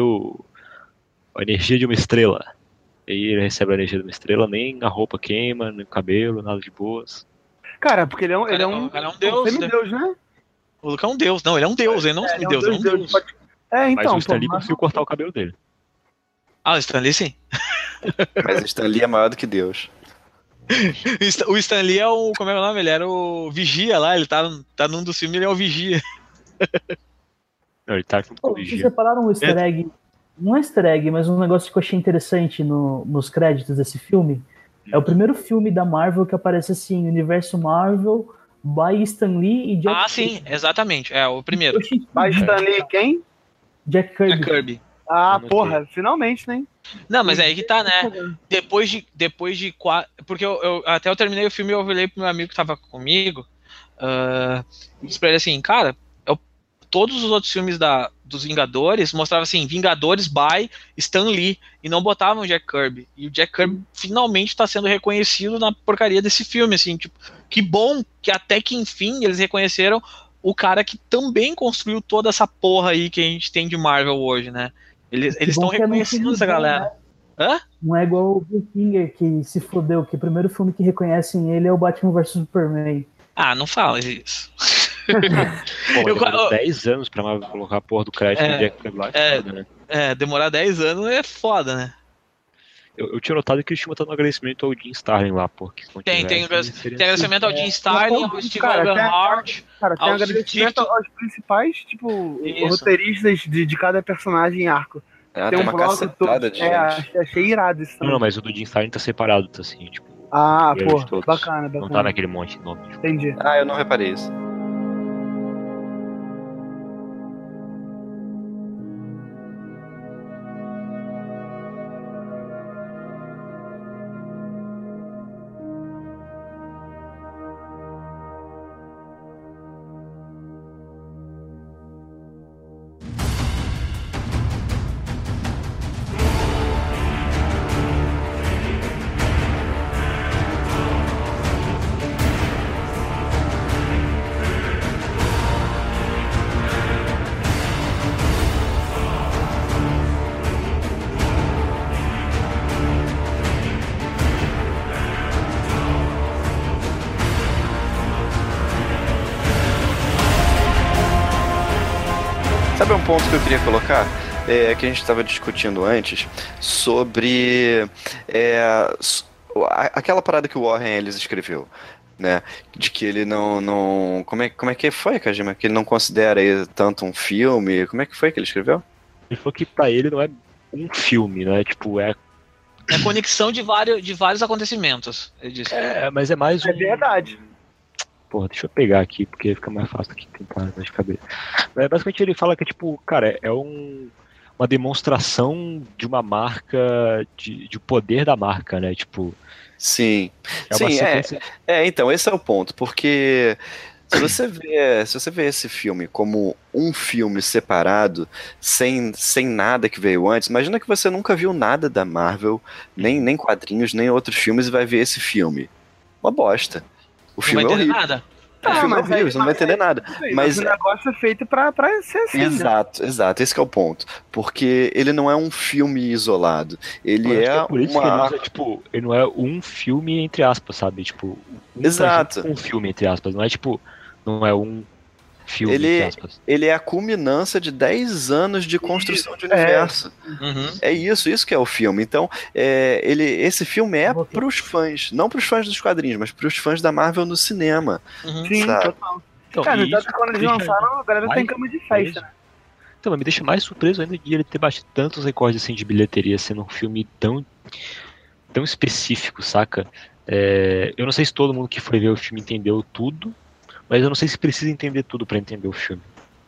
a energia de uma estrela. E aí ele recebe a energia de uma estrela, nem a roupa queima, nem o cabelo, nada de boas. Cara, porque ele é um deus, semideus, né? O Luke é um deus. Não, ele é um deus, ele não é um semideus, ele é um deus. Então, mas o Stan Lee conseguiu cortar o cabelo dele. O Stan Lee sim. Mas o Stan Lee é maior do que Deus. O Stan Lee é o... Como é o nome? Ele era o Vigia lá, ele tá num dos filmes, ele é o Vigia. Não, ele tá junto com o Vocês Vigia. separaram um easter egg, não é easter egg, mas um negócio que eu achei interessante nos créditos desse filme. É o primeiro filme da Marvel que aparece assim, Universo Marvel, by Stan Lee e Jack Kirby. Sim, exatamente, é o primeiro. By Stan Lee quem? Jack Kirby. Jack Kirby. Porra, finalmente, né? Não, mas é aí que tá, né? Depois de quatro... Porque até eu terminei o filme e eu olhei pro meu amigo que tava comigo e disse pra ele assim, cara, todos os outros filmes dos Vingadores mostravam assim, Vingadores by Stan Lee, e não botavam o Jack Kirby. E o Jack Kirby finalmente tá sendo reconhecido na porcaria desse filme, assim, tipo, que bom que até que enfim eles reconheceram o cara que também construiu toda essa porra aí que a gente tem de Marvel hoje, né? Eles estão reconhecendo essa galera. Né? Hã? Não é igual o Bill Finger que se fodeu, que o primeiro filme que reconhecem ele é o Batman vs Superman. Não fala isso. Demorou 10 anos pra colocar a porra do crédito do Jack Kirby lá. Demorar 10 anos é foda, né? Eu tinha notado que eles tinham botado um agradecimento ao Jim Starlin lá, porque tem agradecimento ao Jim Starlin, ao Steve Hart. Cara, tem agradecimento aos principais, tipo, roteiristas de cada personagem em arco. Tem uma cacetada de gente. Achei irado isso também. Não, mas o do Jim Starlin tá separado, tá assim, tipo. Pô, bacana. Não tá naquele monte de nome. Tipo. Entendi. Eu não reparei isso. Sabe um ponto que eu queria colocar? Que a gente estava discutindo antes sobre aquela parada que o Warren Ellis escreveu, né? De que ele não como é que foi, Kajima? Que ele não considera tanto um filme. Como é que foi que ele escreveu? Ele falou que pra ele não é um filme, né? Tipo, é conexão de vários acontecimentos, ele disse. Mas é mais É verdade. Porra, deixa eu pegar aqui, porque fica mais fácil aqui tentar de cabeça. Basicamente ele fala que, tipo, cara, é uma demonstração de uma marca, de poder da marca, né? Tipo, Sim. é uma Sim, sequência. então, esse é o ponto, porque se você vê esse filme como um filme separado, sem nada que veio antes, imagina que você nunca viu nada da Marvel, nem quadrinhos, nem outros filmes, e vai ver esse filme. Uma bosta. O Não filme vai é entender horrível. nada. O filme é horrível, você não vai entender nada. Mas Mas o negócio é feito pra ser assim, né? exato, esse que é o ponto. Porque ele não é um filme isolado. Ele Eu acho que é é por isso que ele uma. usa, tipo, ele não é um filme, entre aspas, sabe? Tipo, tá Exato. junto com um filme, entre aspas. Não é tipo, não é um filme, entre Ele, aspas. ele é a culminância de 10 anos de construção de universo. Uhum. É isso que é o filme. Então, esse filme é pros fãs, não pros fãs dos quadrinhos, mas pros fãs da Marvel no cinema. Uhum. Sim, sabe? total. Então, Cara, e então isso quando eles deixa lançaram, a galera tá em mais cama de festa, né? Então, mas me deixa mais surpreso ainda de ele ter batido tantos recordes assim de bilheteria, sendo um filme tão específico, saca? Eu não sei se todo mundo que foi ver o filme entendeu tudo, mas eu não sei se precisa entender tudo pra entender o filme.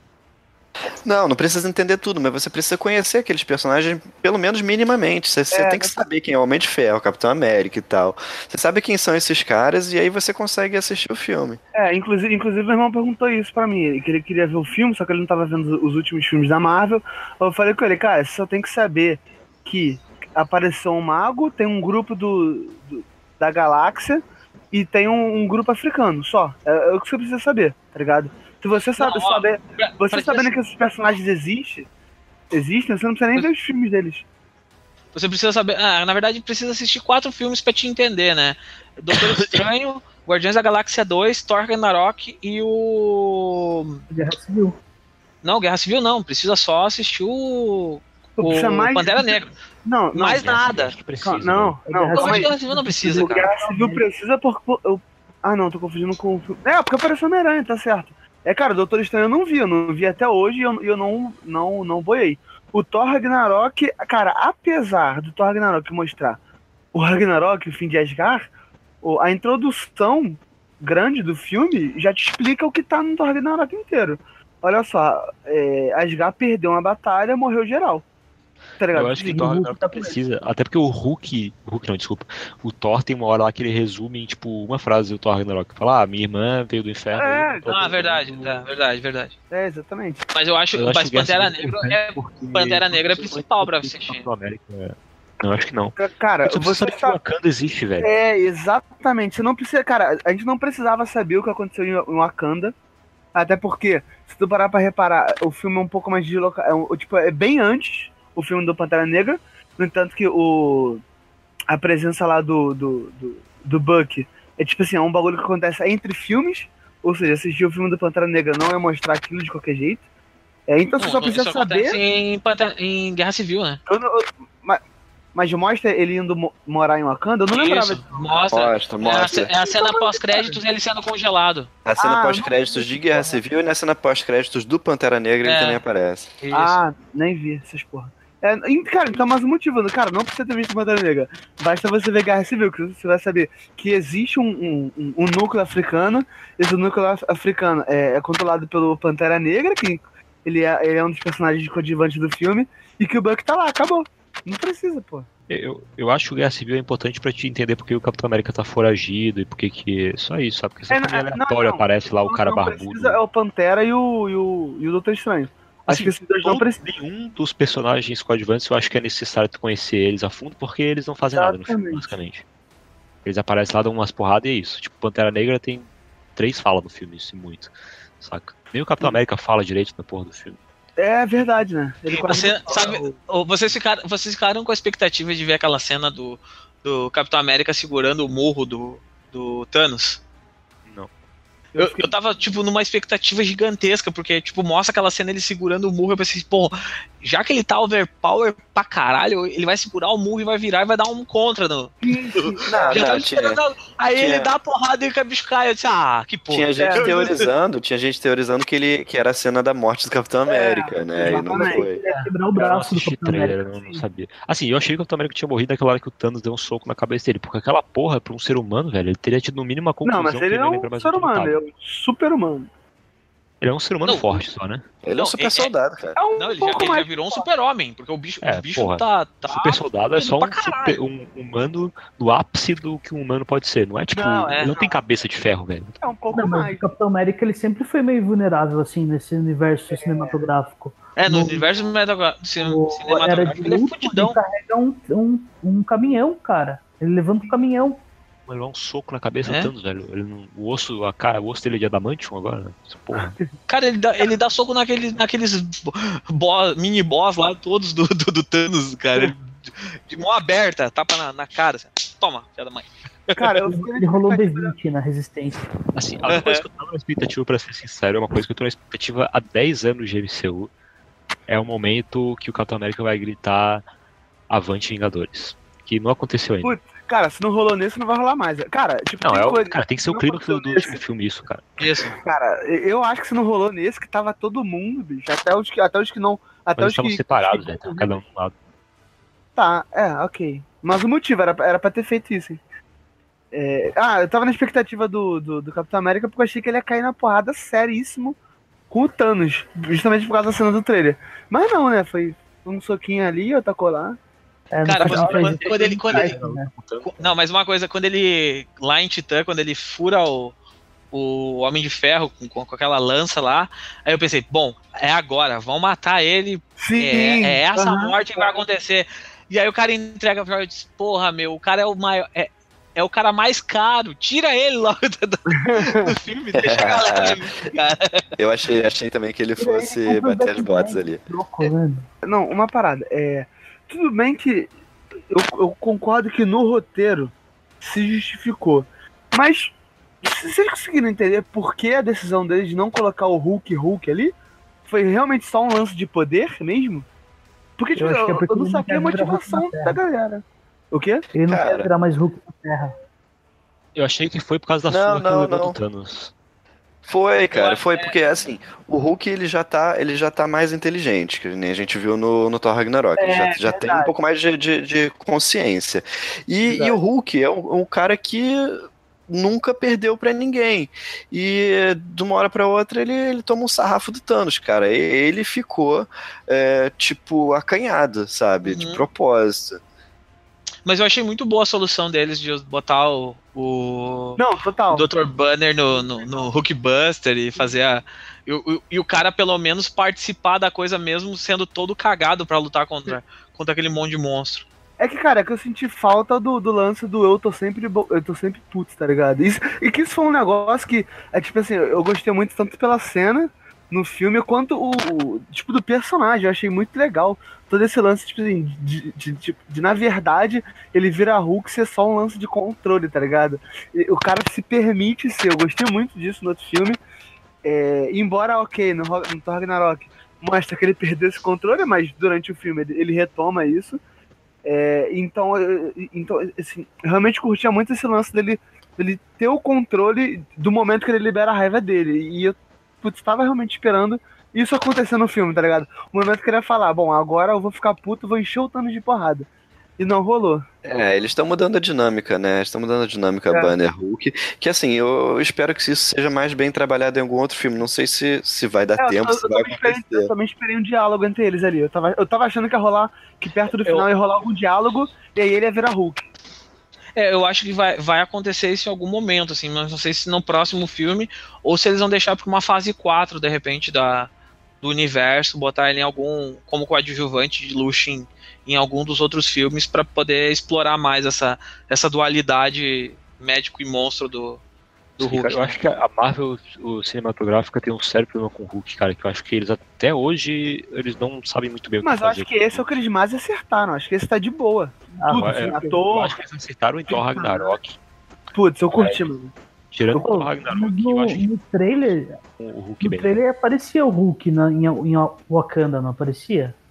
Não precisa entender tudo, mas você precisa conhecer aqueles personagens, pelo menos minimamente. Você tem que saber quem é o Homem de Ferro, o Capitão América e tal. Você sabe quem são esses caras e aí você consegue assistir o filme. Inclusive meu irmão perguntou isso pra mim, que ele queria ver o filme, só que ele não tava vendo os últimos filmes da Marvel. Eu falei com ele, cara, você só tem que saber que apareceu um mago, tem um grupo da galáxia e tem um grupo africano, só. É o que você precisa saber, tá ligado? Se você sabendo que esses personagens existem, você não precisa nem ver os filmes deles. Você precisa saber. Na verdade, precisa assistir 4 filmes pra te entender, né? Doutor Estranho, Guardiões da Galáxia 2, Thor Ragnarok e o. Guerra Civil. Não, Guerra Civil não. Precisa só assistir o Pantera Negra. Não, mais nada. Acho que precisa, Não. Como é que Guerra Civil não precisa, O cara? Guerra Civil precisa porque. Não, tô confundindo com o filme. Porque apareceu Homem-Aranha, tá certo. Cara, o Doutor Estranho eu não vi até hoje e eu não boiei. O Thor Ragnarok, cara, apesar do Thor Ragnarok mostrar o Ragnarok, o fim de Asgard, a introdução grande do filme já te explica o que tá no Thor Ragnarok inteiro. Olha só, Asgard perdeu uma batalha, morreu geral. Tá ligado? Eu acho que o Thor Ragnarok precisa, até porque o Thor tem uma hora lá que ele resume em tipo uma frase do Thor Ragnarok, fala, minha irmã veio do inferno. Verdade. Exatamente. Mas eu acho que Pantera Negra é principal pra você assistir. Não, acho que não. Cara, você sabe que o Wakanda existe, velho. Exatamente. Você não precisa, cara, a gente não precisava saber o que aconteceu em Wakanda, até porque, se tu parar pra reparar, o filme é um pouco mais deslocado, é bem antes o filme do Pantera Negra, no entanto que a presença lá do Buck é tipo assim, é um bagulho que acontece entre filmes, ou seja, assistir o filme do Pantera Negra não é mostrar aquilo de qualquer jeito. Então você só precisa saber. Em Guerra Civil, né? Mas mostra ele indo morar em Wakanda? Eu não lembrava disso. Mostra. É a cena pós-créditos ele sendo congelado. A cena pós-créditos de Guerra Civil e na cena pós-créditos do Pantera Negra ele também aparece. Isso. Nem vi essas porra. Cara, então mais um motivo, cara, não precisa ter visto Pantera Negra. Basta você ver Guerra Civil, que você vai saber que existe um núcleo africano. Esse núcleo africano é controlado pelo Pantera Negra, que ele é um dos personagens coadjuvantes do filme, e que o Buck tá lá, acabou. Não precisa, pô. Eu acho que o Guerra Civil é importante pra te entender porque o Capitão América tá foragido e porque que. Só isso, sabe? Porque essa família aleatória aparece lá, o cara barbudo. Precisa, é o Pantera e o Doutor Estranho. Acho que esses dois não precisam. Nenhum dos personagens coadjuvantes eu acho que é necessário tu conhecer eles a fundo porque eles não fazem nada no filme, basicamente. Eles aparecem lá, dão umas porradas e é isso. Tipo, Pantera Negra tem 3 falas no filme, isso muito. Saca? Nem o Capitão América fala direito na porra do filme. É verdade, né? Vocês ficaram com a expectativa de ver aquela cena do Capitão América segurando o murro do Thanos? Não. Eu tava, tipo, numa expectativa gigantesca, porque, tipo, mostra aquela cena ele segurando o murro, eu pensei, pô, já que ele tá overpower pra caralho, ele vai segurar o murro e vai virar e vai dar um contra no. Aí ele dá a porrada e o bicho cai. Eu disse, que porra. Tinha gente teorizando que era a cena da morte do Capitão América, né? E não foi. Quebrar o braço do Capitão América. Eu não sabia. Assim, eu achei que o Capitão América tinha morrido naquela hora que o Thanos deu um soco na cabeça dele, porque aquela porra, pra um ser humano, velho, ele teria tido no mínimo uma conclusão. Não, mas ele não é um ser humano, ele é um super humano. Ele é um ser humano forte só, né? Ele é um super soldado, cara. Não, ele já virou um super-homem, porque o bicho tá. Super soldado é só um humano no ápice do que um humano pode ser. Não é tipo. Ele não tem cabeça de ferro, velho. É um pouco mais. Mas o Capitão América ele sempre foi meio vulnerável, assim, nesse universo cinematográfico. No universo cinematográfico ele é fudidão. Ele carrega um caminhão, cara. Ele levanta um caminhão. Ele dá um soco na cabeça do Thanos, velho. O osso dele é de adamantium agora. Porra. Cara, ele dá soco naqueles mini boss lá, todos do Thanos, cara. De mão aberta, tapa na cara. Assim. Toma, filha da mãe. Cara, ele rolou D20 na resistência. Assim, a única coisa que eu tava na expectativa, pra ser sincero, é uma coisa que eu tô na expectativa há 10 anos de MCU. É o momento que o Capitão América vai gritar Avante Vingadores. Que não aconteceu ainda. Putz, cara, se não rolou nesse, não vai rolar mais. Cara, tipo, cara, tem que ser o clímax do último filme isso, cara. Isso. Cara, eu acho que se não rolou nesse, que tava todo mundo, bicho. Até os que não. Até Mas os que estavam separados, né? Cada um do lado. Tá, ok. Mas o motivo era pra ter feito isso, hein? Eu tava na expectativa do Capitão América porque eu achei que ele ia cair na porrada seríssimo com o Thanos, justamente por causa da cena do trailer. Mas não, né? Foi um soquinho ali, outra colar. Cara, quando ele não, mas uma coisa, quando ele lá em Titã, quando ele fura o Homem de Ferro com aquela lança lá, aí eu pensei, bom, é agora, vão matar ele. Sim, é essa morte que vai acontecer. E aí o cara entrega pra ele e diz, porra, meu, o cara é o maior, é o cara mais caro, tira ele logo do filme, deixa a galera, cara. Eu achei também que ele fosse bater as botas ali. Não, uma parada, tudo bem que eu concordo que no roteiro se justificou, mas vocês conseguiram entender por que a decisão dele de não colocar o Hulk ali? Foi realmente só um lance de poder mesmo? Porque tipo, eu não saquei a motivação da galera. O quê? Ele não quer virar mais Hulk na Terra. Eu achei que foi por causa da surra que ele levou do Thanos. Foi, cara, porque assim, o Hulk ele já tá mais inteligente, que nem a gente viu no Thor Ragnarok, ele já tem um pouco mais de consciência. E o Hulk é um cara que nunca perdeu pra ninguém. E de uma hora pra outra ele toma um sarrafo do Thanos, cara. Ele ficou, tipo, acanhado, sabe? De propósito. Mas eu achei muito boa a solução deles de botar o Dr. Banner no Hulkbuster e fazer e o cara pelo menos participar da coisa mesmo sendo todo cagado pra lutar contra aquele monte de monstro. É que, cara, que eu senti falta do lance do eu tô sempre puto, tá ligado? E que isso foi um negócio que, tipo assim, eu gostei muito tanto pela cena no filme, quanto o tipo do personagem, eu achei muito legal todo esse lance, tipo assim, de na verdade, ele vira Hulk ser só um lance de controle, tá ligado? O cara se permite ser, eu gostei muito disso no outro filme, embora, ok, no Thor Ragnarok mostra que ele perdeu esse controle, mas durante o filme ele retoma isso, então, assim, eu realmente curtia muito esse lance dele ter o controle do momento que ele libera a raiva dele, e eu tava realmente esperando isso acontecer no filme, tá ligado? O momento que ele ia falar, bom, agora eu vou ficar puto, vou encher o Thanos de porrada. E não rolou. Eles estão mudando a dinâmica, né? Estão mudando a dinâmica Banner Hulk. Que assim, eu espero que isso seja mais bem trabalhado em algum outro filme. Não sei se vai dar tempo, se vai acontecer. Eu também esperei um diálogo entre eles ali. Eu tava achando que ia rolar, que perto do final ia rolar algum diálogo, e aí ele ia virar Hulk. Eu acho que vai acontecer isso em algum momento, assim, mas não sei se no próximo filme, ou se eles vão deixar pra uma fase 4, de repente, do universo, botar ele em algum, como coadjuvante de luxo em algum dos outros filmes, pra poder explorar mais essa dualidade médico e monstro do Hulk. Cara, eu acho que a Marvel cinematográfica tem um sério problema com o Hulk, cara, que eu acho que eles até hoje eles não sabem muito bem o que fazer. Mas eu acho que esse é o que eles mais acertaram, acho que esse tá de boa. Eu acho que eles acertaram em Thor Ragnarok. Putz, eu curti, mano. Tirando o Thor Ragnarok, eu acho que no trailer, o Hulk no trailer aparecia o Hulk em Wakanda, não aparecia?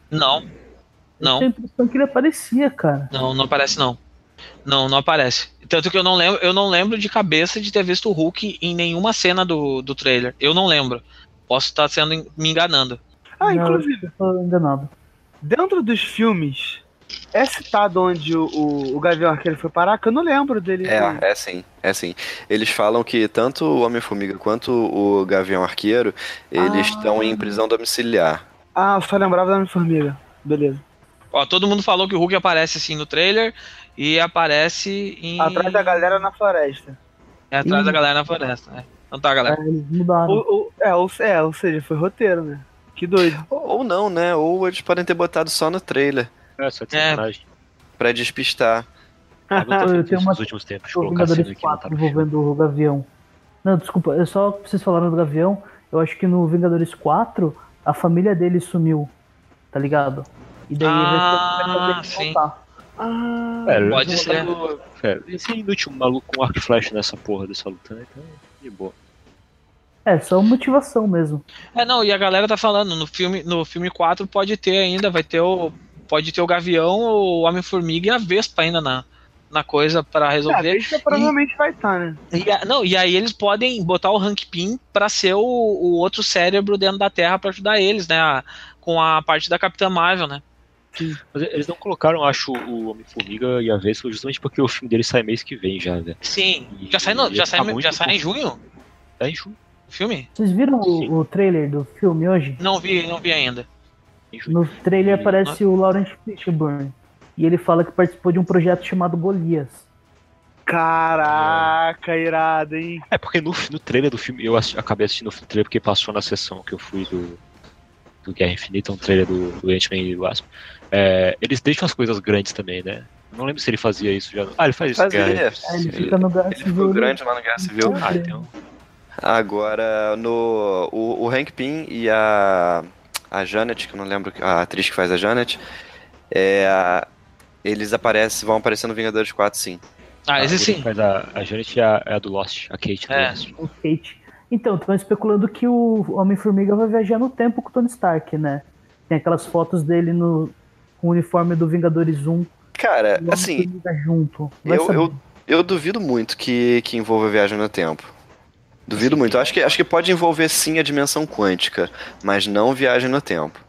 Não. Eu Não. tenho a impressão que ele aparecia, cara. Não aparece, não. Não aparece. Tanto que eu não lembro de cabeça de ter visto o Hulk em nenhuma cena do trailer. Eu não lembro. Posso estar me enganando. Ah, Não, inclusive, eu tô enganado. dentro dos filmes, é citado onde o Gavião Arqueiro foi parar, que eu não lembro dele. É sim. Eles falam que tanto o Homem-Formiga quanto o Gavião Arqueiro, eles estão em prisão domiciliar. Ah, eu só lembrava da Homem-Formiga. Beleza. Ó, todo mundo falou que o Hulk aparece assim no trailer e aparece em. Atrás da galera na floresta. É atrás da galera na floresta. É. Então tá, galera. Eles mudaram. Ou seja, foi roteiro, né? Que doido. Ou não, né? Ou eles podem ter botado só no trailer, Só de sacanagem. pra despistar. Ah, não tá Eu feito tenho isso uma nos últimos tempos. O Colocar cena Vingadores que não 4 tá no filme. envolvendo o Gavião. Não, desculpa, é só vocês falaram do Gavião. Eu acho que no Vingadores 4 a família dele sumiu, tá ligado? E daí vai fazer sim. ele voltar. Pode ser. Ia ser inútil um maluco com arco e flecha nessa porra dessa luta, né? Então, de boa. É, só motivação mesmo. Não, e a galera tá falando, no filme 4 pode ter ainda, pode ter o Gavião, o Homem-Formiga e a Vespa ainda na coisa pra resolver. A Vespa provavelmente vai estar, né? E aí eles podem botar o Hank Pym pra ser o outro cérebro dentro da Terra pra ajudar eles, né? Com a parte da Capitã Marvel, né? Mas eles não colocaram, acho, o Homem-Formiga e a Vespa justamente porque o filme dele sai mês que vem já, velho. Sim. E Já sai em junho? É em junho. O filme? Vocês viram o trailer do filme hoje? Não vi ainda. Em junho. No trailer aparece o Lawrence Fishburne. E ele fala que participou de um projeto chamado Golias. Caraca, irado, hein? É porque no trailer do filme, eu acabei assistindo o trailer porque passou na sessão que eu fui do Guerra Infinita, um trailer do Ant-Man e do Wasp. Eles deixam as coisas grandes também, né? Não lembro se ele fazia isso já. Ele faz isso. Ele fica no Guerra Ele ficou Civil. grande lá no Guerra Civil. Então. Agora, o Hank Pym e a Janet, que eu não lembro a atriz que faz a Janet, eles vão aparecer no Vingadores 4, sim. Esse sim. Faz a Janet é a do Lost, a Kate do Lost. O Kate. Então, estão especulando que o Homem-Formiga vai viajar no tempo com o Tony Stark, né? Tem aquelas fotos dele com o uniforme do Vingadores 1. Cara, e o assim, Homem-Formiga junto. eu duvido muito que envolva viagem no tempo. Duvido muito. Acho que pode envolver sim a dimensão quântica, mas não viagem no tempo.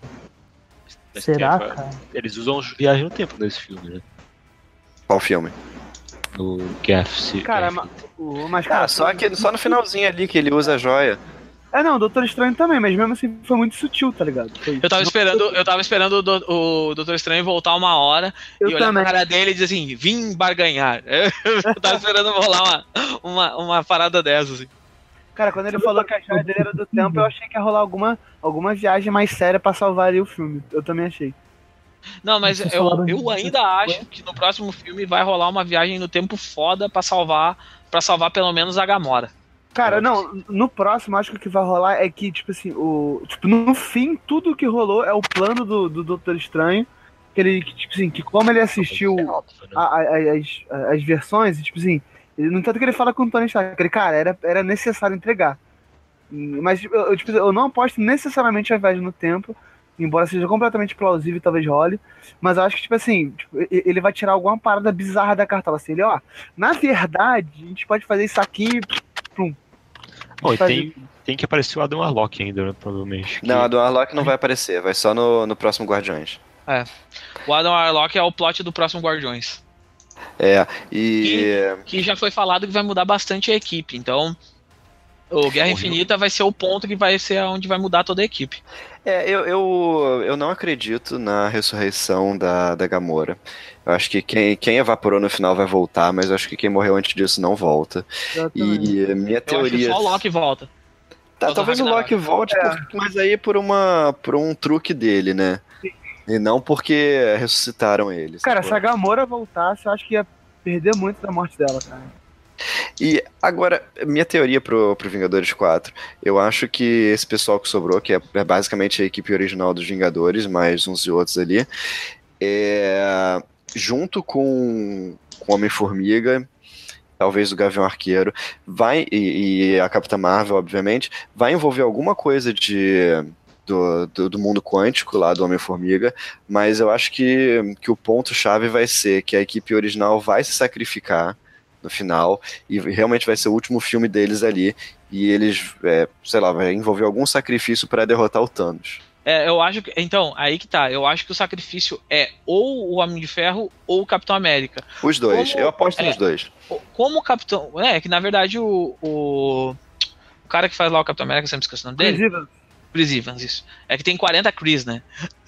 Será, cara? Eles usam viagem no tempo nesse filme, né? Qual filme? No Guerra Civil. Cara, mas cara, só no finalzinho ali que ele usa a joia. Não, o Doutor Estranho também, mas mesmo assim foi muito sutil, tá ligado? Eu tava esperando o Doutor Estranho voltar uma hora e olhar pra cara dele e dizer assim, vim barganhar. Eu tava esperando rolar uma parada dessa, assim. Cara, quando ele falou que a joia dele era do tempo, eu achei que ia rolar alguma viagem mais séria pra salvar ali o filme. Eu também achei. Não, mas eu ainda acho que no próximo filme vai rolar uma viagem no tempo foda pra salvar pelo menos a Gamora. Cara, não, no próximo acho que o que vai rolar é que, tipo assim, no fim, tudo que rolou é o plano do Doutor Estranho, que como ele assistiu as versões, tipo assim, no entanto que ele fala com o Tony Stark, cara, era necessário entregar. Mas eu não aposto necessariamente a viagem no tempo, embora seja completamente plausível e talvez role, mas eu acho que, tipo assim, ele vai tirar alguma parada bizarra da cartola, assim, na verdade, a gente pode fazer isso aqui, plum. Tem que aparecer o Adam Warlock ainda, né, provavelmente. Não, o Adam Warlock não vai aparecer, vai só no próximo Guardiões. O Adam Warlock é o plot do próximo Guardiões. Que já foi falado que vai mudar bastante a equipe, então o Guerra Infinita vai ser o ponto que vai ser onde vai mudar toda a equipe. Eu não acredito na ressurreição da Gamora. Eu acho que quem evaporou no final vai voltar, mas eu acho que quem morreu antes disso não volta. E minha teoria... Eu acho que só o Loki volta. Talvez o Loki volte, mas aí por um truque dele, né? Sim. E não porque ressuscitaram ele. Cara, se a Gamora voltasse, eu acho que ia perder muito da morte dela, cara. E agora, minha teoria pro Vingadores 4, eu acho que esse pessoal que sobrou, que é basicamente a equipe original dos Vingadores, mais uns e outros ali, junto com o Homem-Formiga, talvez o Gavião Arqueiro, e a Capitã Marvel, obviamente, vai envolver alguma coisa de do mundo quântico lá do Homem-Formiga, mas eu acho que o ponto-chave vai ser que a equipe original vai se sacrificar no final, e realmente vai ser o último filme deles ali, e eles, sei lá, vai envolver algum sacrifício para derrotar o Thanos. Eu acho que. Então, aí que tá. Eu acho que o sacrifício é ou o Homem de Ferro ou o Capitão América. Os dois, eu aposto nos dois. Como o Capitão. Que na verdade o cara que faz lá o Capitão América, sempre esqueci o nome dele. Chris Evans, isso. É que tem 40 Chris, né?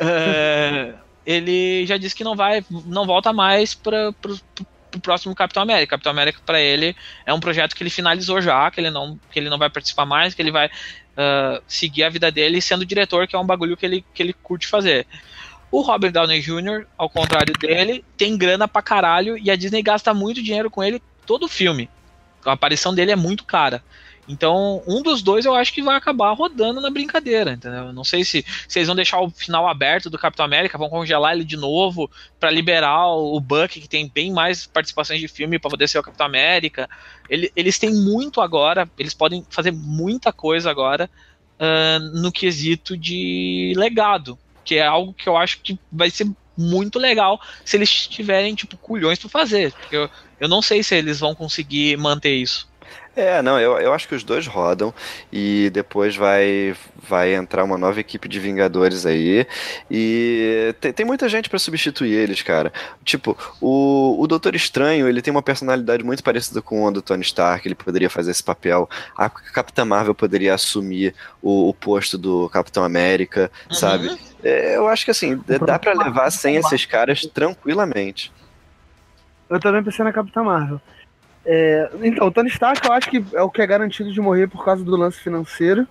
Ele já disse que não volta mais pro próximo Capitão América. Capitão América, pra ele, é um projeto que ele finalizou já, que ele não vai participar mais, que ele vai seguir a vida dele sendo diretor, que é um bagulho que ele curte fazer. O Robert Downey Jr., ao contrário dele, tem grana pra caralho e a Disney gasta muito dinheiro com ele todo filme. A aparição dele é muito cara. Então, um dos dois eu acho que vai acabar rodando na brincadeira, entendeu? Não sei se eles vão deixar o final aberto do Capitão América, vão congelar ele de novo pra liberar o Bucky, que tem bem mais participações de filme pra poder ser o Capitão América. Eles têm muito agora, eles podem fazer muita coisa agora no quesito de legado, que é algo que eu acho que vai ser muito legal se eles tiverem, tipo, culhões pra fazer. Porque eu não sei se eles vão conseguir manter isso. Eu acho que os dois rodam e depois vai entrar uma nova equipe de Vingadores aí e tem muita gente pra substituir eles, cara. Tipo, o Doutor Estranho, ele tem uma personalidade muito parecida com a do Tony Stark, ele poderia fazer esse papel. A Capitã Marvel poderia assumir o posto do Capitão América, sabe? Eu acho que assim, dá pra levar sem esses caras tranquilamente. Eu também pensei na Capitã Marvel. Então, o Tony Stark eu acho que é o que é garantido de morrer por causa do lance financeiro.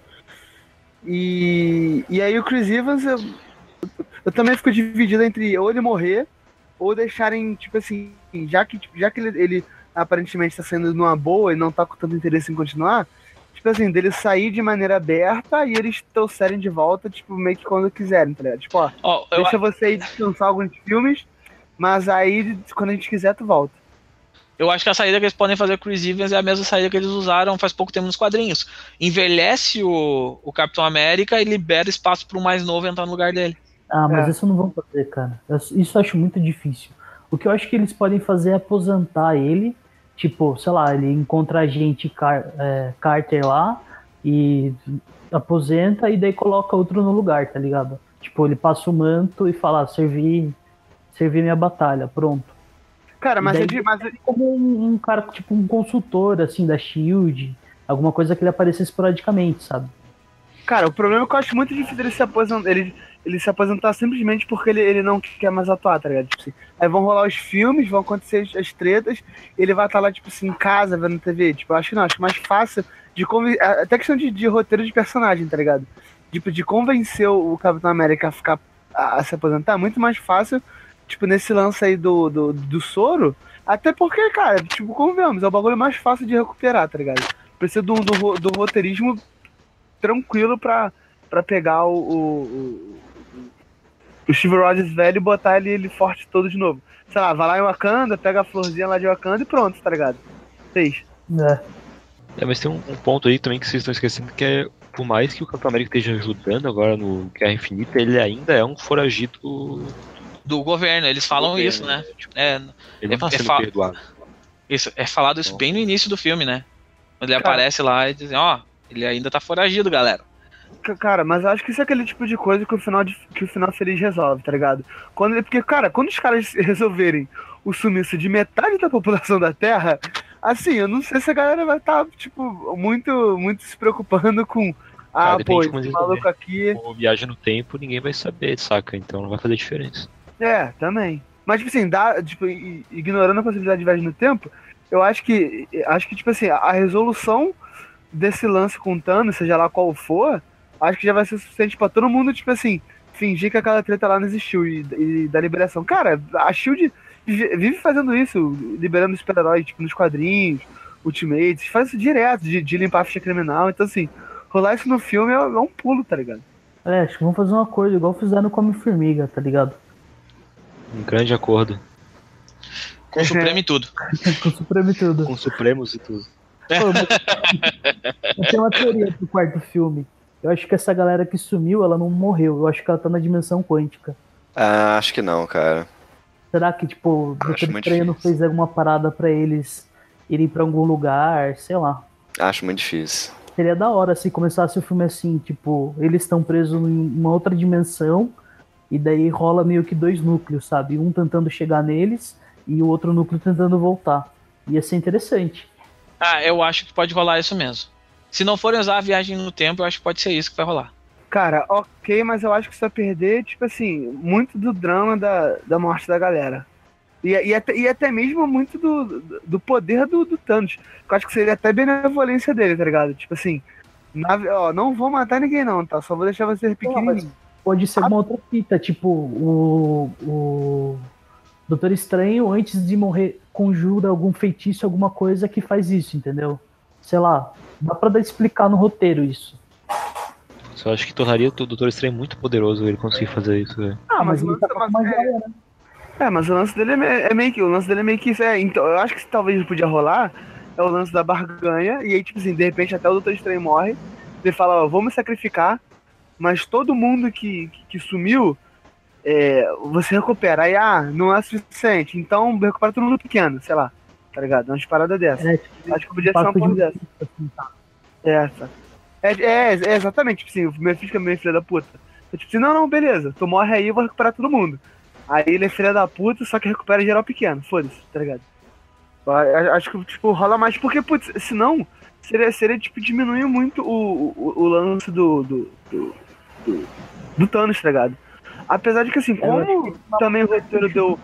E aí o Chris Evans, eu também fico dividido entre ou ele morrer, ou deixarem, tipo assim, já que ele aparentemente tá saindo numa boa e não tá com tanto interesse em continuar, tipo assim, dele sair de maneira aberta e eles trouxerem de volta, tipo, meio que quando quiserem, tá ligado? Tipo, deixa você ir descansar alguns filmes, mas aí, quando a gente quiser, tu volta. Eu acho que a saída que eles podem fazer com o Chris Evans é a mesma saída que eles usaram faz pouco tempo nos quadrinhos. Envelhece o Capitão América e libera espaço para o mais novo entrar no lugar dele. Mas isso não vão fazer, cara. Isso eu acho muito difícil. O que eu acho que eles podem fazer é aposentar ele. Tipo, sei lá, ele encontra a gente Carter lá e aposenta e daí coloca outro no lugar, tá ligado? Tipo, ele passa o manto e fala, servi minha batalha, pronto. Cara, mas como um cara, tipo um consultor, assim, da SHIELD, alguma coisa que ele apareça esporadicamente, sabe? Cara, o problema é que eu acho muito difícil ele se aposentar, ele se aposentar simplesmente porque ele não quer mais atuar, tá ligado? Tipo assim, aí vão rolar os filmes, vão acontecer as tretas, ele vai estar lá, tipo assim, em casa, vendo TV. Tipo, eu acho mais fácil de convencer, até questão de roteiro de personagem, tá ligado? Tipo, de convencer o Capitão América a se aposentar, é muito mais fácil. Tipo, nesse lance aí do soro, até porque, cara, tipo, como vemos, é o bagulho mais fácil de recuperar, tá ligado? Precisa do roteirismo tranquilo pra pegar o Steve Rogers velho e botar ele forte todo de novo. Sei lá, vai lá em Wakanda, pega a florzinha lá de Wakanda e pronto, tá ligado? Fez. Mas tem um ponto aí também que vocês estão esquecendo, que é, por mais que o Capitão América esteja ajudando agora no Guerra Infinita, ele ainda é um foragido do governo, eles falam isso, né? Ele não tá sendo perdoado. Isso, é falado isso bem no início do filme, né? Quando ele aparece lá e dizem, ele ainda tá foragido, galera. Cara, mas eu acho que isso é aquele tipo de coisa que o final feliz resolve, tá ligado? Porque, cara, quando os caras resolverem o sumiço de metade da população da Terra, assim, eu não sei se a galera vai estar, tipo, muito, muito se preocupando com esse maluco aqui... Como viagem no tempo, ninguém vai saber, saca? Então não vai fazer diferença. Também. Mas, tipo assim, ignorando a possibilidade de viagem no tempo, eu acho que, tipo assim, a resolução desse lance com o Thanos, seja lá qual for, acho que já vai ser suficiente pra todo mundo, tipo assim, fingir que aquela treta lá não existiu e da liberação. Cara, a SHIELD vive fazendo isso, liberando super-heróis, tipo, nos quadrinhos, Ultimates, faz isso direto, de limpar a ficha criminal. Então, assim, rolar isso no filme é um pulo, tá ligado? Acho que vamos fazer um acordo, igual fizeram com Homem-Formiga, tá ligado? Um grande acordo. Com o Supremo e tudo. Com o Supremo e tudo. Com Supremos e tudo. Eu tenho uma teoria pro quarto filme. Eu acho que essa galera que sumiu, ela não morreu. Eu acho que ela tá na dimensão quântica. Ah, acho que não, cara. Será que, tipo, o Doutor Estranho não fez alguma parada pra eles irem pra algum lugar? Sei lá. Acho muito difícil. Seria da hora se começasse o filme assim, tipo, eles estão presos em uma outra dimensão e daí rola meio que dois núcleos, sabe? Um tentando chegar neles e o outro núcleo tentando voltar. Ia ser interessante. Ah, eu acho que pode rolar isso mesmo. Se não forem usar a viagem no tempo, eu acho que pode ser isso que vai rolar. Cara, ok, mas eu acho que você vai perder, tipo assim, muito do drama da morte da galera. E até mesmo muito do poder do Thanos. Eu acho que seria até benevolência dele, tá ligado? Tipo assim, ó, não vou matar ninguém não, tá? Só vou deixar você pequenininho. Pode ser uma outra fita, tipo, o Doutor Estranho, antes de morrer, conjura algum feitiço, alguma coisa que faz isso, entendeu? Sei lá, dá pra explicar no roteiro isso. Só acho que tornaria o Doutor Estranho muito poderoso ele conseguir fazer isso, velho. Mas ele tá com uma joia, né? Mas o lance dele é meio que. O lance dele é meio que isso. Então, eu acho que talvez podia rolar é o lance da barganha. E aí, tipo assim, de repente até o Doutor Estranho morre. Ele fala, ó, vamos sacrificar, mas todo mundo que sumiu, você recupera. Aí, não é suficiente. Então recupera todo mundo pequeno, sei lá. Tá ligado? Umas paradas dessas. Acho que podia ser uma porra dessa. Essa. Exatamente, tipo assim, o meu filho é meio filho da puta. Eu, tipo assim, não, beleza, tu morre aí, eu vou recuperar todo mundo. Aí ele é filho da puta, só que recupera geral pequeno, foda-se, tá ligado? Acho que, tipo, rola mais, porque, putz, senão, seria tipo, diminuir muito o lance do Thanos, tá ligado? Apesar de que, assim, como também o roteiro deu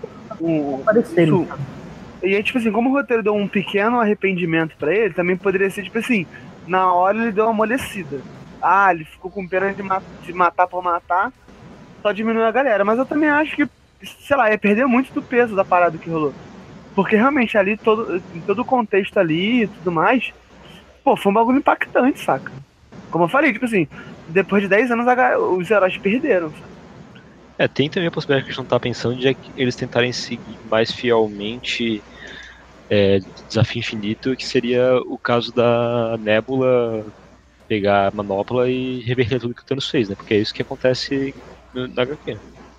e aí, tipo assim, como o roteiro deu um pequeno arrependimento pra ele, também poderia ser, tipo assim, na hora ele deu uma amolecida. Ele ficou com pena de matar por matar, só diminuiu a galera. Mas eu também acho que, sei lá, ia perder muito do peso da parada que rolou. Porque realmente ali, em todo o contexto ali e tudo mais, pô, foi um bagulho impactante, saca? Como eu falei, tipo assim, depois de 10 anos os heróis perderam, saca? Tem também a possibilidade que a gente não tá pensando de eles tentarem seguir mais fielmente Desafio Infinito, que seria o caso da Nebula pegar a manopla e reverter tudo que o Thanos fez, né? Porque é isso que acontece na HQ.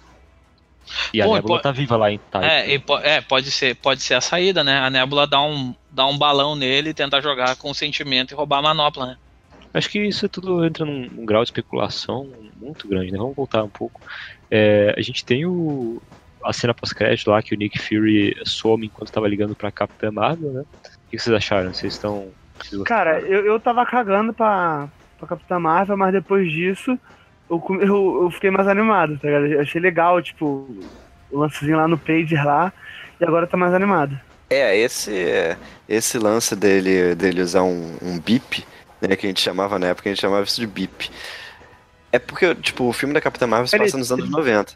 E a Nebula tá viva lá em Titan. Pode ser a saída, né? A Nebula dá um balão nele, tenta jogar com sentimento e roubar a manopla, né? Acho que isso tudo entra num grau de especulação muito grande, né? Vamos voltar um pouco. A gente tem a cena pós-crédito lá, que o Nick Fury some enquanto tava ligando pra Capitã Marvel, né? O que vocês acharam? Vocês estão... Cara, eu tava cagando pra Capitã Marvel, mas depois disso eu fiquei mais animado, tá ligado? Eu achei legal, tipo, o lancezinho lá no Pager lá, e agora tá mais animado. Esse lance dele usar um bip, né, que a gente chamava na época, a gente chamava isso de bip. É porque, tipo, o filme da Capitã Marvel se passa nos anos 90.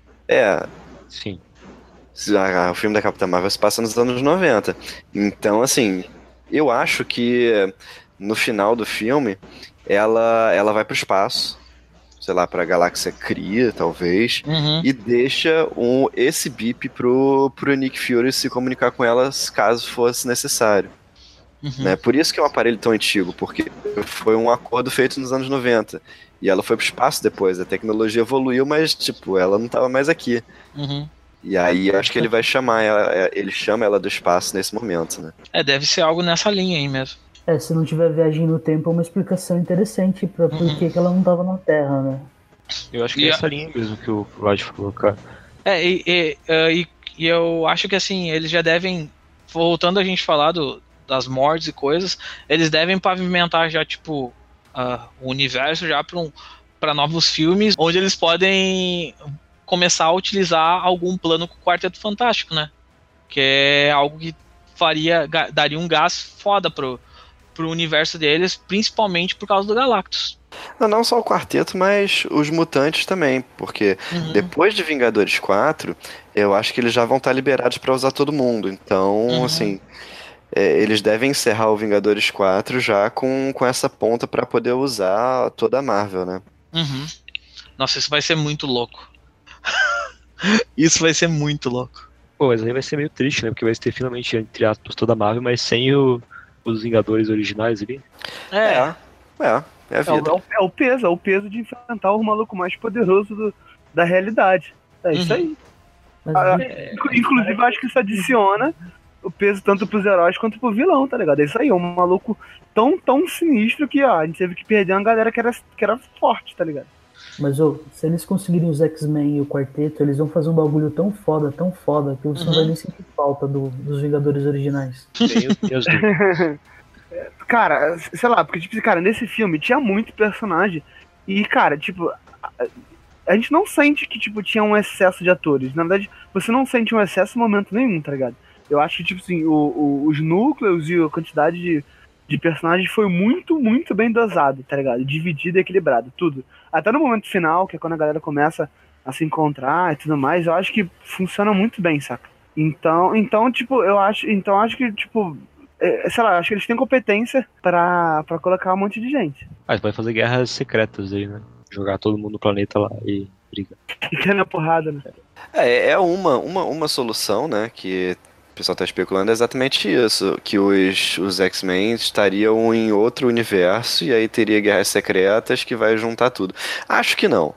Sim. O filme da Capitã Marvel se passa nos anos 90. Então, assim, eu acho que no final do filme ela vai pro espaço, sei lá, pra galáxia Kree, talvez, e deixa esse bip pro Nick Fury se comunicar com elas caso fosse necessário. Né? Por isso que é um aparelho tão antigo, porque foi um acordo feito nos anos 90. E ela foi pro espaço depois, a tecnologia evoluiu, mas, tipo, ela não tava mais aqui. E aí eu acho que ele vai chamar ele chama ela do espaço nesse momento, né? Deve ser algo nessa linha aí mesmo. Se não tiver viagem no tempo, é uma explicação interessante pra por que ela não tava na Terra, né? Eu acho que é essa linha mesmo que o Rod falou, cara. E eu acho que, assim, eles já devem, voltando a gente falar das mortes e coisas, eles devem pavimentar já, tipo, o universo já pra novos filmes, onde eles podem começar a utilizar algum plano com o Quarteto Fantástico, né? Que é algo que daria um gás foda pro universo deles, principalmente por causa do Galactus. Não só o quarteto, mas os mutantes também, porque depois de Vingadores 4, eu acho que eles já vão estar liberados para usar todo mundo. Então, assim, eles devem encerrar o Vingadores 4 já com essa ponta para poder usar toda a Marvel, né? Nossa, isso vai ser muito louco. Isso vai ser muito louco. Pô, mas aí vai ser meio triste, né? Porque vai ter finalmente, entre aspas, toda a Marvel, mas sem os Vingadores originais ali. É a vida. É o peso de enfrentar o maluco mais poderoso da realidade. É isso aí. Inclusive, acho que isso adiciona o peso tanto pros heróis quanto pro vilão, tá ligado? É isso aí, é um maluco tão sinistro que, ó, a gente teve que perder uma galera que era forte, tá ligado? Mas, se eles conseguirem os X-Men e o quarteto, eles vão fazer um bagulho tão foda, que você não vai nem sentir falta dos Vingadores originais. Meu Deus do céu. Cara, sei lá, porque, tipo, cara, nesse filme tinha muito personagem e, cara, tipo, a gente não sente que, tipo, tinha um excesso de atores. Na verdade, você não sente um excesso em momento nenhum, tá ligado? Eu acho que, tipo assim, os núcleos e a quantidade de personagens foi muito, muito bem dosado, tá ligado? Dividido e equilibrado, tudo. Até no momento final, que é quando a galera começa a se encontrar e tudo mais, eu acho que funciona muito bem, saca? Então tipo, eu acho que, tipo, sei lá, acho que eles têm competência pra colocar um monte de gente. Mas vai fazer guerras secretas aí, né? Jogar todo mundo no planeta lá e briga. E quer na porrada, né? É uma solução, né, que o pessoal tá especulando é exatamente isso, que os X-Men estariam em outro universo e aí teria guerras secretas que vai juntar tudo. Acho que não.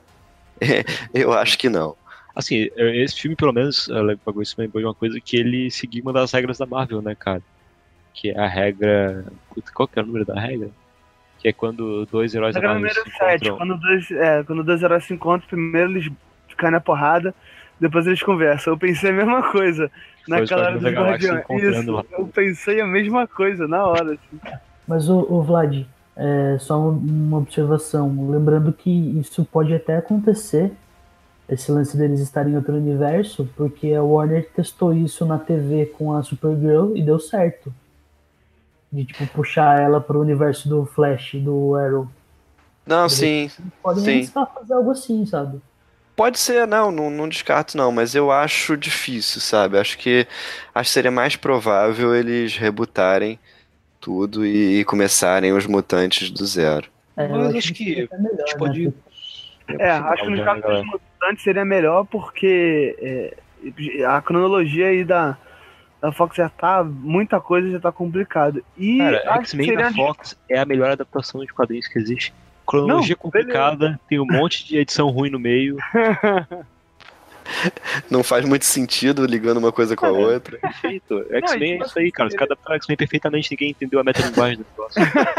Eu acho que não. Assim, esse filme, pelo menos, pagou isso me lembrou de uma coisa que ele seguiu uma das regras da Marvel, né, cara? Que é a regra... Qual que é o número da regra? Que é quando dois heróis da Marvel se encontram... Quando dois heróis se encontram, primeiro eles caem na porrada, depois eles conversam. Eu pensei a mesma coisa naquela hora dos Guardiões. Isso, eu pensei a mesma coisa na hora. Assim. Mas o Vlad, só uma observação. Lembrando que isso pode até acontecer, esse lance deles estarem em outro universo, porque a Warner testou isso na TV com a Supergirl e deu certo. De, tipo, puxar ela pro universo do Flash, do Arrow. Não, sim. Podem fazer algo assim, sabe? Pode ser, não descarto não, mas eu acho difícil, sabe? Acho que seria mais provável eles rebootarem tudo e começarem os mutantes do zero. Mas acho que a gente pode... acho que no caso dos mutantes seria melhor porque a cronologia aí da Fox já tá... Muita coisa já tá complicado. E cara, X-Men da Fox é a melhor adaptação de quadrinhos que existe. Cronologia complicada, tem um monte de edição ruim no meio. Não faz muito sentido ligando uma coisa com a outra. Perfeito. X-Men é isso aí, cara. Os caras adaptaram X-Men perfeitamente, ninguém entendeu a metalinguagem do negócio.